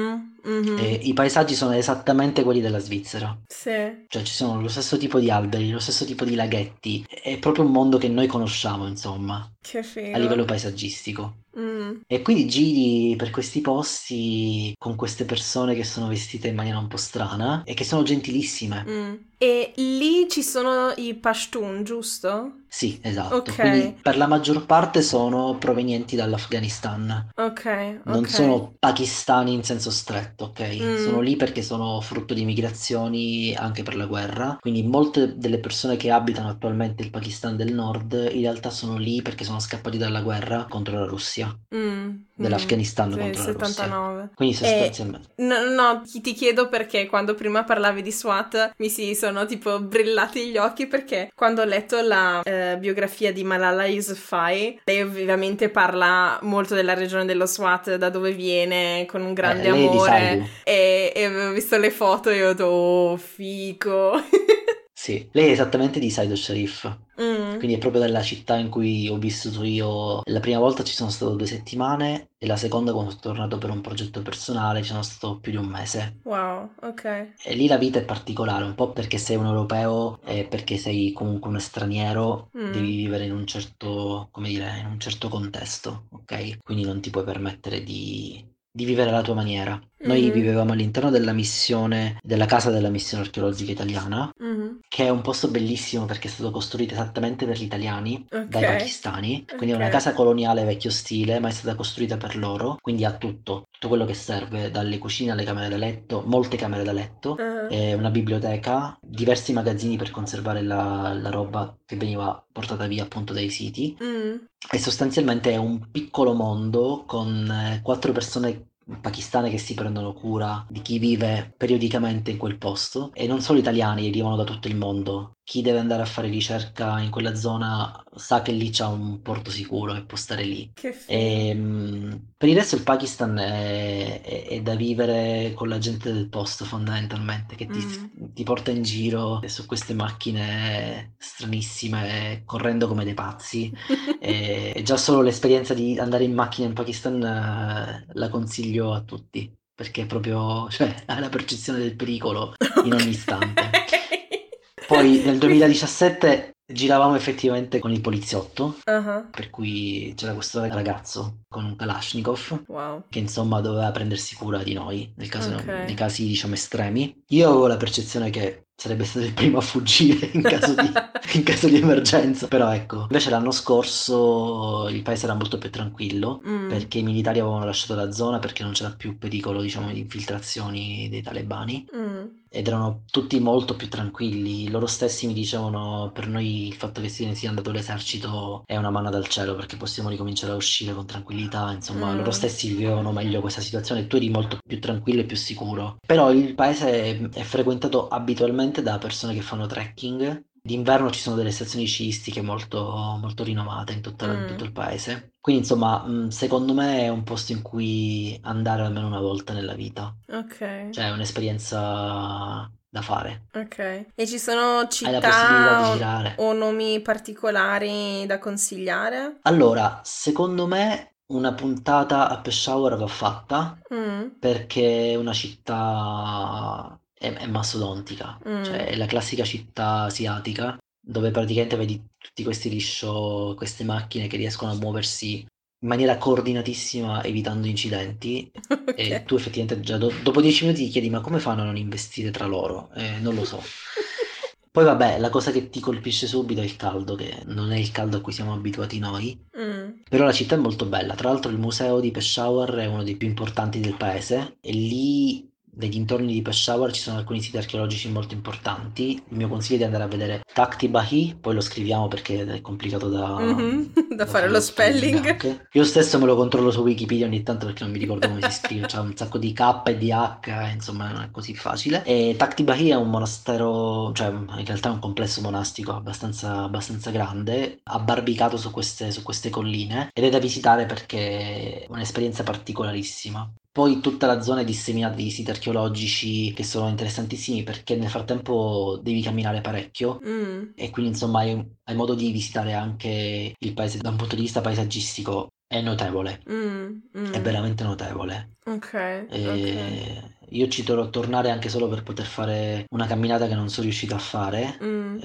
E i paesaggi sono esattamente quelli della Svizzera. Sì. Cioè ci sono lo stesso tipo di alberi, lo stesso tipo di laghetti. È proprio un mondo che noi conosciamo, insomma, Che a livello figo. paesaggistico. E quindi giri per questi posti con queste persone che sono vestite in maniera un po' strana e che sono gentilissime. E lì ci sono i Pashtun, giusto? Sì, esatto. Ok, Quindi per la maggior parte sono provenienti dall'Afghanistan. ok, Non sono pakistani in senso stretto, ok? Sono lì perché sono frutto di migrazioni anche per la guerra. Quindi molte delle persone che abitano attualmente il Pakistan del Nord in realtà sono lì perché sono scappati dalla guerra contro la Russia. Dell'Afghanistan Sì, contro la Russia. 79. Quindi E sostanzialmente... no, ti chiedo perché quando prima parlavi di SWAT mi si sono tipo brillati gli occhi perché quando ho letto la biografia di Malala Yousafzai, lei ovviamente parla molto della regione dello SWAT, da dove viene, con un grande lei è di amore Saidu. e avevo visto le foto e ho detto, oh, fico. Sì, lei è esattamente di Saido Sharif. Quindi è proprio della città in cui ho vissuto io. La prima volta ci sono stato 2 settimane e la seconda quando sono tornato per un progetto personale ci sono stato più di un mese. Wow, ok. E lì la vita è particolare, un po' perché sei un europeo e perché sei comunque un straniero, devi vivere in un certo, come dire, in un certo contesto, ok? Quindi non ti puoi permettere di vivere alla tua maniera. Noi vivevamo all'interno della missione, della casa della missione archeologica italiana, che è un posto bellissimo perché è stato costruito esattamente per gli italiani, dai Ok, pakistani, quindi è una ok. casa coloniale vecchio stile, ma è stata costruita per loro, quindi ha tutto quello che serve, dalle cucine alle camere da letto, molte camere da letto, una biblioteca, diversi magazzini per conservare la roba che veniva portata via appunto dai siti. E sostanzialmente è un piccolo mondo con 4 persone pakistane che si prendono cura di chi vive periodicamente in quel posto e non solo italiani, arrivano da tutto il mondo. Chi deve andare a fare ricerca in quella zona sa che lì c'è un porto sicuro e può stare lì. Che figo. Per il resto il Pakistan è da vivere con la gente del posto fondamentalmente, che ti porta in giro su queste macchine stranissime, correndo come dei pazzi. E già solo l'esperienza di andare in macchina in Pakistan la consiglio a tutti, perché proprio, cioè, hai la percezione del pericolo in Ok. ogni istante. Poi nel 2017 giravamo effettivamente con il poliziotto, Uh-huh. per cui c'era questo ragazzo con un Kalashnikov Wow. che insomma doveva prendersi cura di noi Ok. nei casi diciamo estremi. Io avevo la percezione che sarebbe stato il primo a fuggire in caso di emergenza, però ecco, invece l'anno scorso il paese era molto più tranquillo perché i militari avevano lasciato la zona perché non c'era più pericolo diciamo di infiltrazioni dei talebani. Ed erano tutti molto più tranquilli. Loro stessi mi dicevano: per noi il fatto che sia andato l'esercito è una manna dal cielo perché possiamo ricominciare a uscire con tranquillità. Insomma, loro stessi vivevano meglio questa situazione e tu eri molto più tranquillo e più sicuro. Però il paese è frequentato abitualmente da persone che fanno trekking. D'inverno ci sono delle stazioni sciistiche molto, molto rinomate in tutto il paese. Quindi, insomma, secondo me è un posto in cui andare almeno una volta nella vita. Ok. Cioè, è un'esperienza da fare. Ok. E ci sono Hai la possibilità di città girare. o nomi particolari da consigliare? Allora, secondo me una puntata a Peshawar va fatta Mm. perché è una città è mastodontica. Cioè, è la classica città asiatica dove praticamente vedi tutti questi risciò, queste macchine che riescono a muoversi in maniera coordinatissima evitando incidenti. E Ok. tu effettivamente già dopo 10 minuti ti chiedi ma come fanno a non investire tra loro? Non lo so. Poi vabbè, la cosa che ti colpisce subito è il caldo, che non è il caldo a cui siamo abituati noi, Mm. però la città è molto bella. Tra l'altro il museo di Peshawar è uno dei più importanti del paese e lì nei dintorni di Peshawar ci sono alcuni siti archeologici molto importanti. Il mio consiglio è di andare a vedere Takht i Bahi, poi lo scriviamo perché è complicato da, Mhm. da fare lo spelling. Anche. Io stesso me lo controllo su Wikipedia ogni tanto perché non mi ricordo come si scrive, c'è un sacco di K e di H, insomma non è così facile. E Takti Bahia è un monastero, cioè in realtà è un complesso monastico abbastanza grande, abbarbicato su queste colline, ed è da visitare perché è un'esperienza particolarissima. Poi tutta la zona è disseminata di siti archeologici che sono interessantissimi perché nel frattempo devi camminare parecchio e quindi insomma hai modo di visitare anche il paese da un punto di vista paesaggistico. È notevole, è veramente notevole. Ok. Io ci dovrò tornare anche solo per poter fare una camminata che non sono riuscito a fare,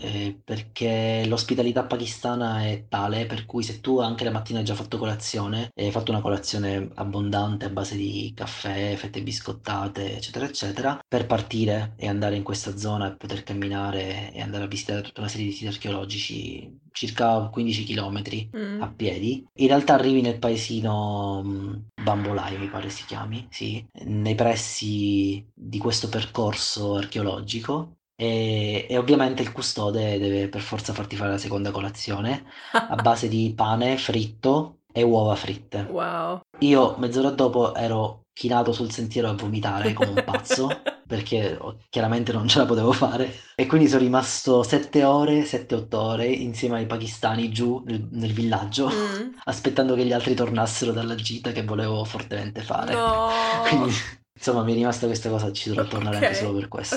perché l'ospitalità pakistana è tale per cui se tu anche la mattina hai già fatto colazione e hai fatto una colazione abbondante a base di caffè, fette biscottate, eccetera, eccetera, per partire e andare in questa zona e poter camminare e andare a visitare tutta una serie di siti archeologici, circa 15 km a piedi, in realtà arrivi nel paesino Bambolai, mi pare si chiami, sì, nei pressi di questo percorso archeologico e ovviamente il custode deve per forza farti fare la seconda colazione a base di pane fritto e uova fritte. Wow. Io mezz'ora dopo ero chinato sul sentiero a vomitare come un pazzo perché chiaramente non ce la potevo fare e quindi sono rimasto 7-8 ore insieme ai pakistani giù nel villaggio aspettando che gli altri tornassero dalla gita che volevo fortemente fare. No. Quindi insomma mi è rimasta questa cosa, ci dovrò tornare anche solo per questo.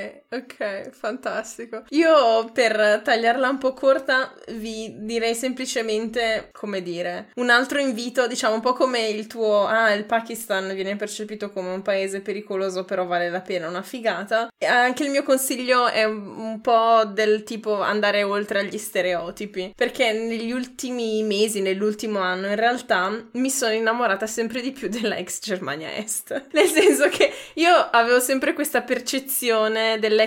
Ok, fantastico. Io per tagliarla un po' corta vi direi semplicemente, come dire, un altro invito, diciamo un po' come il tuo, il Pakistan viene percepito come un paese pericoloso però vale la pena, una figata. E anche il mio consiglio è un po' del tipo andare oltre agli stereotipi, perché negli ultimi mesi, nell'ultimo anno in realtà mi sono innamorata sempre di più della ex Germania Est, nel senso che io avevo sempre questa percezione dell'ex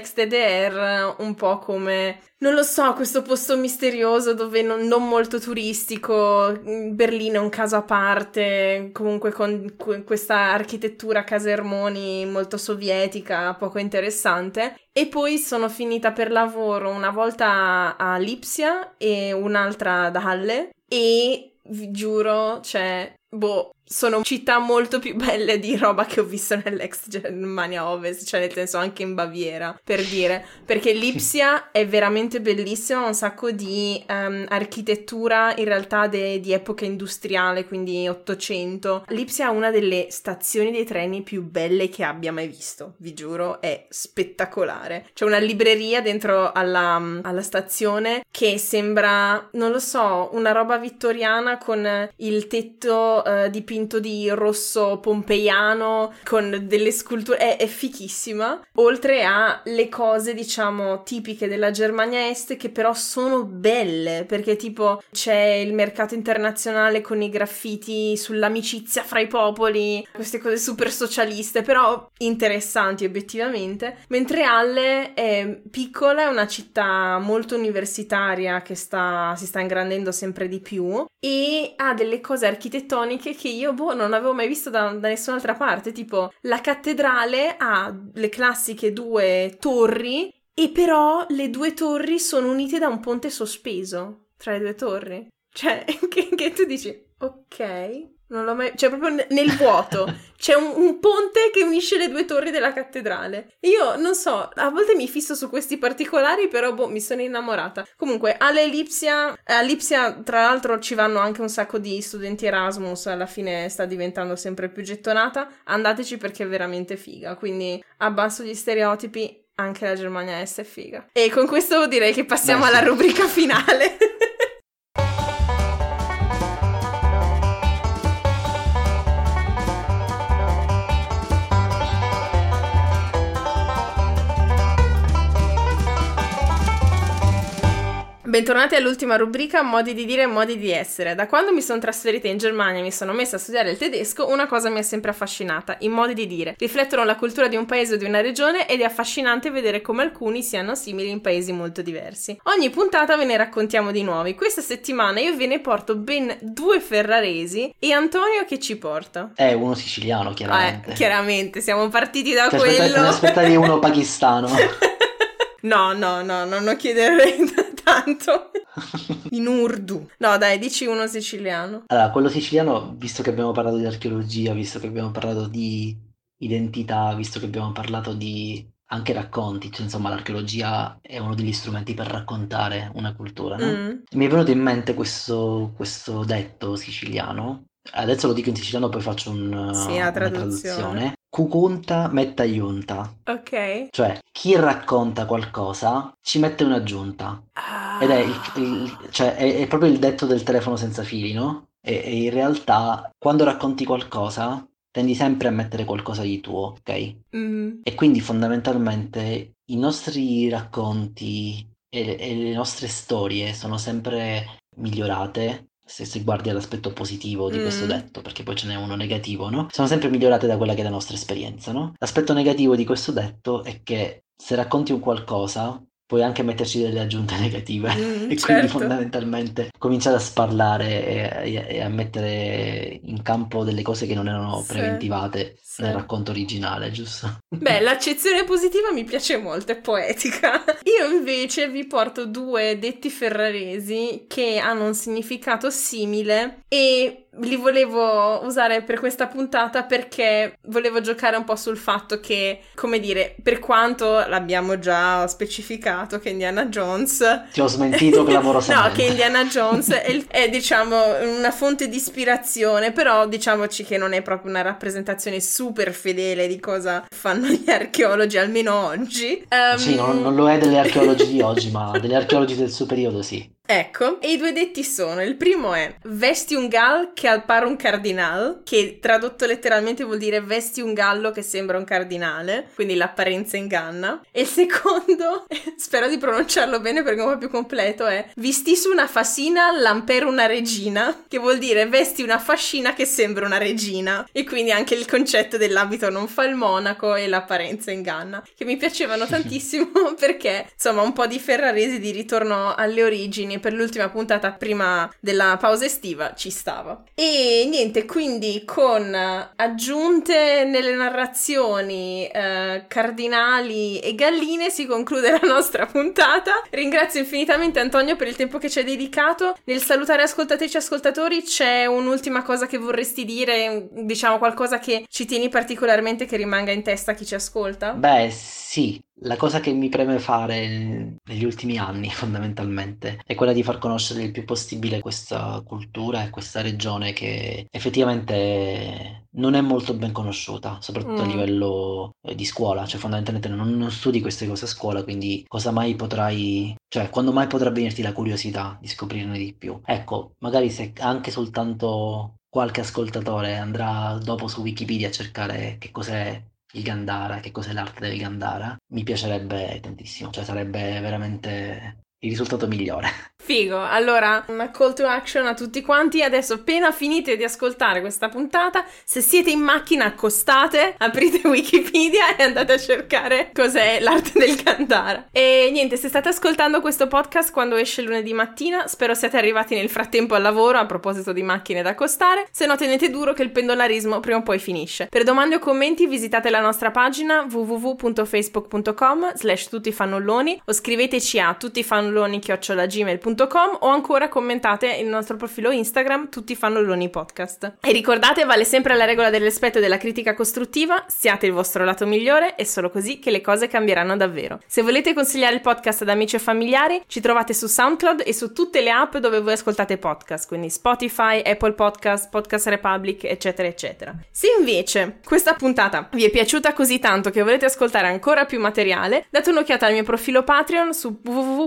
DDR un po' come, non lo so, questo posto misterioso dove non molto turistico. Berlino è un caso a parte, comunque con questa architettura casermoni molto sovietica, poco interessante. E poi sono finita per lavoro una volta a Lipsia e un'altra ad Halle e vi giuro, cioè, sono città molto più belle di roba che ho visto nell'ex Germania Ovest, cioè nel senso anche in Baviera, per dire, perché Lipsia è veramente bellissima, un sacco di architettura in realtà di epoca industriale, quindi 800. Lipsia è una delle stazioni dei treni più belle che abbia mai visto, vi giuro, è spettacolare. C'è una libreria dentro alla stazione che sembra, non lo so, una roba vittoriana con il tetto dipinto di rosso pompeiano con delle sculture, è fichissima, oltre a le cose diciamo tipiche della Germania Est che però sono belle, perché tipo c'è il mercato internazionale con i graffiti sull'amicizia fra i popoli, queste cose super socialiste però interessanti obiettivamente, mentre Halle è piccola, è una città molto universitaria che si sta ingrandendo sempre di più e ha delle cose architettoniche che io non avevo mai visto da nessun'altra parte, tipo la cattedrale ha le classiche 2 torri e però le 2 torri sono unite da un ponte sospeso tra le 2 torri, cioè che tu dici ok, non l'ho mai, cioè proprio nel vuoto c'è un ponte che unisce le 2 torri della cattedrale. Io non so, a volte mi fisso su questi particolari, però mi sono innamorata. Comunque a Lipsia tra l'altro ci vanno anche un sacco di studenti Erasmus, alla fine sta diventando sempre più gettonata, andateci perché è veramente figa, quindi abbasso gli stereotipi, anche la Germania Est è figa. E con questo direi che passiamo alla rubrica finale. Bentornati all'ultima rubrica, modi di dire e modi di essere. Da quando mi sono trasferita in Germania e mi sono messa a studiare il tedesco, una cosa mi ha sempre affascinata: i modi di dire. Riflettono la cultura di un paese o di una regione ed è affascinante vedere come alcuni siano simili in paesi molto diversi. Ogni puntata ve ne raccontiamo di nuovi. Questa settimana io ve ne porto ben 2 ferraresi e Antonio che ci porta? Uno siciliano, chiaramente. Chiaramente, siamo partiti da quello. Te ne aspettavi uno pakistano. No, non lo chiederei tanto. In urdu. No, dai, dici uno siciliano. Allora, quello siciliano, visto che abbiamo parlato di archeologia, visto che abbiamo parlato di identità, visto che abbiamo parlato di anche racconti, cioè, insomma, l'archeologia è uno degli strumenti per raccontare una cultura, no? Mi è venuto in mente questo detto siciliano. Adesso lo dico in siciliano, poi faccio una traduzione. Cucunta metta iunta. Ok. Cioè, chi racconta qualcosa ci mette un'aggiunta. Ed è, cioè, è proprio il detto del telefono senza fili, no? E in realtà, quando racconti qualcosa, tendi sempre a mettere qualcosa di tuo, ok? E quindi fondamentalmente i nostri racconti e le nostre storie sono sempre migliorate. Se guardi all'aspetto positivo di questo detto, perché poi ce n'è uno negativo, no? Sono sempre migliorate da quella che è la nostra esperienza, no? L'aspetto negativo di questo detto è che se racconti un qualcosa, puoi anche metterci delle aggiunte negative e quindi fondamentalmente cominciare a sparlare e a mettere in campo delle cose che non erano preventivate nel racconto originale, giusto? Beh, l'accezione positiva mi piace molto, è poetica. Io invece vi porto due detti ferraresi che hanno un significato simile e li volevo usare per questa puntata perché volevo giocare un po' sul fatto che, come dire, per quanto l'abbiamo già specificato che Indiana Jones... Ti ho smentito clamorosamente. No, che Indiana Jones è diciamo una fonte di ispirazione, però diciamoci che non è proprio una rappresentazione super fedele di cosa fanno gli archeologi, almeno oggi. Sì, non lo è delle archeologi di oggi, ma delle archeologi del suo periodo sì. Ecco, e i due detti sono, il primo è vesti un gal che al par un cardinal, che tradotto letteralmente vuol dire vesti un gallo che sembra un cardinale, quindi l'apparenza inganna, e il secondo, spero di pronunciarlo bene perché è un po' più completo, è vistis una fascina lamper una regina, che vuol dire vesti una fascina che sembra una regina, e quindi anche il concetto dell'abito non fa il monaco e l'apparenza inganna, che mi piacevano tantissimo perché, insomma, un po' di ferraresi di ritorno alle origini per l'ultima puntata prima della pausa estiva ci stava. E niente, quindi con aggiunte nelle narrazioni, cardinali e galline si conclude la nostra puntata. Ringrazio infinitamente Antonio per il tempo che ci hai dedicato. Nel salutare ascoltatrici e ascoltatori c'è un'ultima cosa che vorresti dire, diciamo qualcosa che ci tieni particolarmente che rimanga in testa a chi ci ascolta? Beh, sì. La cosa che mi preme fare negli ultimi anni fondamentalmente è quella di far conoscere il più possibile questa cultura e questa regione che effettivamente non è molto ben conosciuta, soprattutto a livello di scuola, cioè fondamentalmente non studi queste cose a scuola, quindi quando mai potrà venirti la curiosità di scoprirne di più? Ecco, magari se anche soltanto qualche ascoltatore andrà dopo su Wikipedia a cercare che cos'è il Gandhara, che cos'è l'arte del Gandhara, mi piacerebbe tantissimo, cioè sarebbe veramente il risultato migliore. Figo, allora una call to action a tutti quanti. Adesso appena finite di ascoltare questa puntata, se siete in macchina accostate, aprite Wikipedia e andate a cercare cos'è l'arte del Gandhara. E niente, se state ascoltando questo podcast quando esce lunedì mattina, spero siate arrivati nel frattempo al lavoro, a proposito di macchine da accostare, se no tenete duro che il pendolarismo prima o poi finisce. Per domande o commenti visitate la nostra pagina www.facebook.com/tuttifannulloni o scriveteci a tuttifannulloni@gmail.com o ancora commentate il nostro profilo Instagram Tutti Fannulloni Podcast. E ricordate, vale sempre la regola del rispetto e della critica costruttiva, siate il vostro lato migliore, è solo così che le cose cambieranno davvero. Se volete consigliare il podcast ad amici e familiari, ci trovate su SoundCloud e su tutte le app dove voi ascoltate podcast, quindi Spotify, Apple Podcast, Podcast Republic, eccetera eccetera. Se invece questa puntata vi è piaciuta così tanto che volete ascoltare ancora più materiale, date un'occhiata al mio profilo Patreon su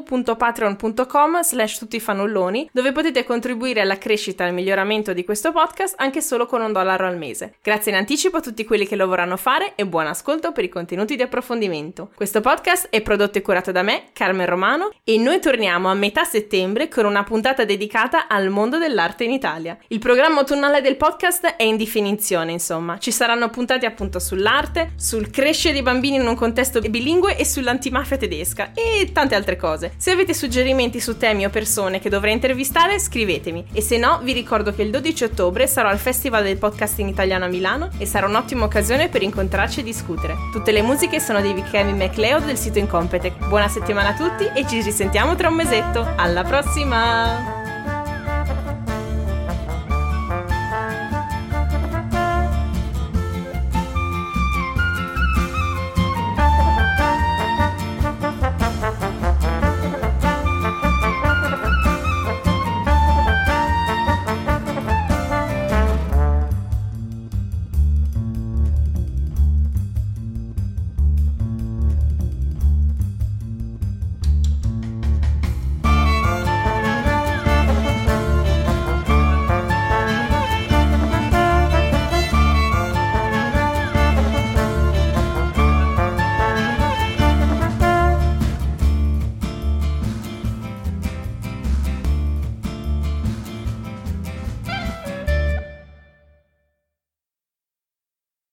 www.patreon.com/tuttifannulloni, dove potete contribuire alla crescita e al miglioramento di questo podcast anche solo con $1 al mese. Grazie in anticipo a tutti quelli che lo vorranno fare e buon ascolto per i contenuti di approfondimento. Questo podcast è prodotto e curato da me, Carmen Romano, e noi torniamo a metà settembre con una puntata dedicata al mondo dell'arte in Italia. Il programma autunnale del podcast è in definizione, insomma. Ci saranno puntate appunto sull'arte, sul crescere i bambini in un contesto bilingue e sull'antimafia tedesca e tante altre cose. Se avete avete suggerimenti su temi o persone che dovrei intervistare, scrivetemi. E se no, vi ricordo che il 12 ottobre sarò al Festival del Podcasting Italiano a Milano e sarà un'ottima occasione per incontrarci e discutere. Tutte le musiche sono di Kevin MacLeod del sito Incompetech. Buona settimana a tutti e ci risentiamo tra un mesetto. Alla prossima!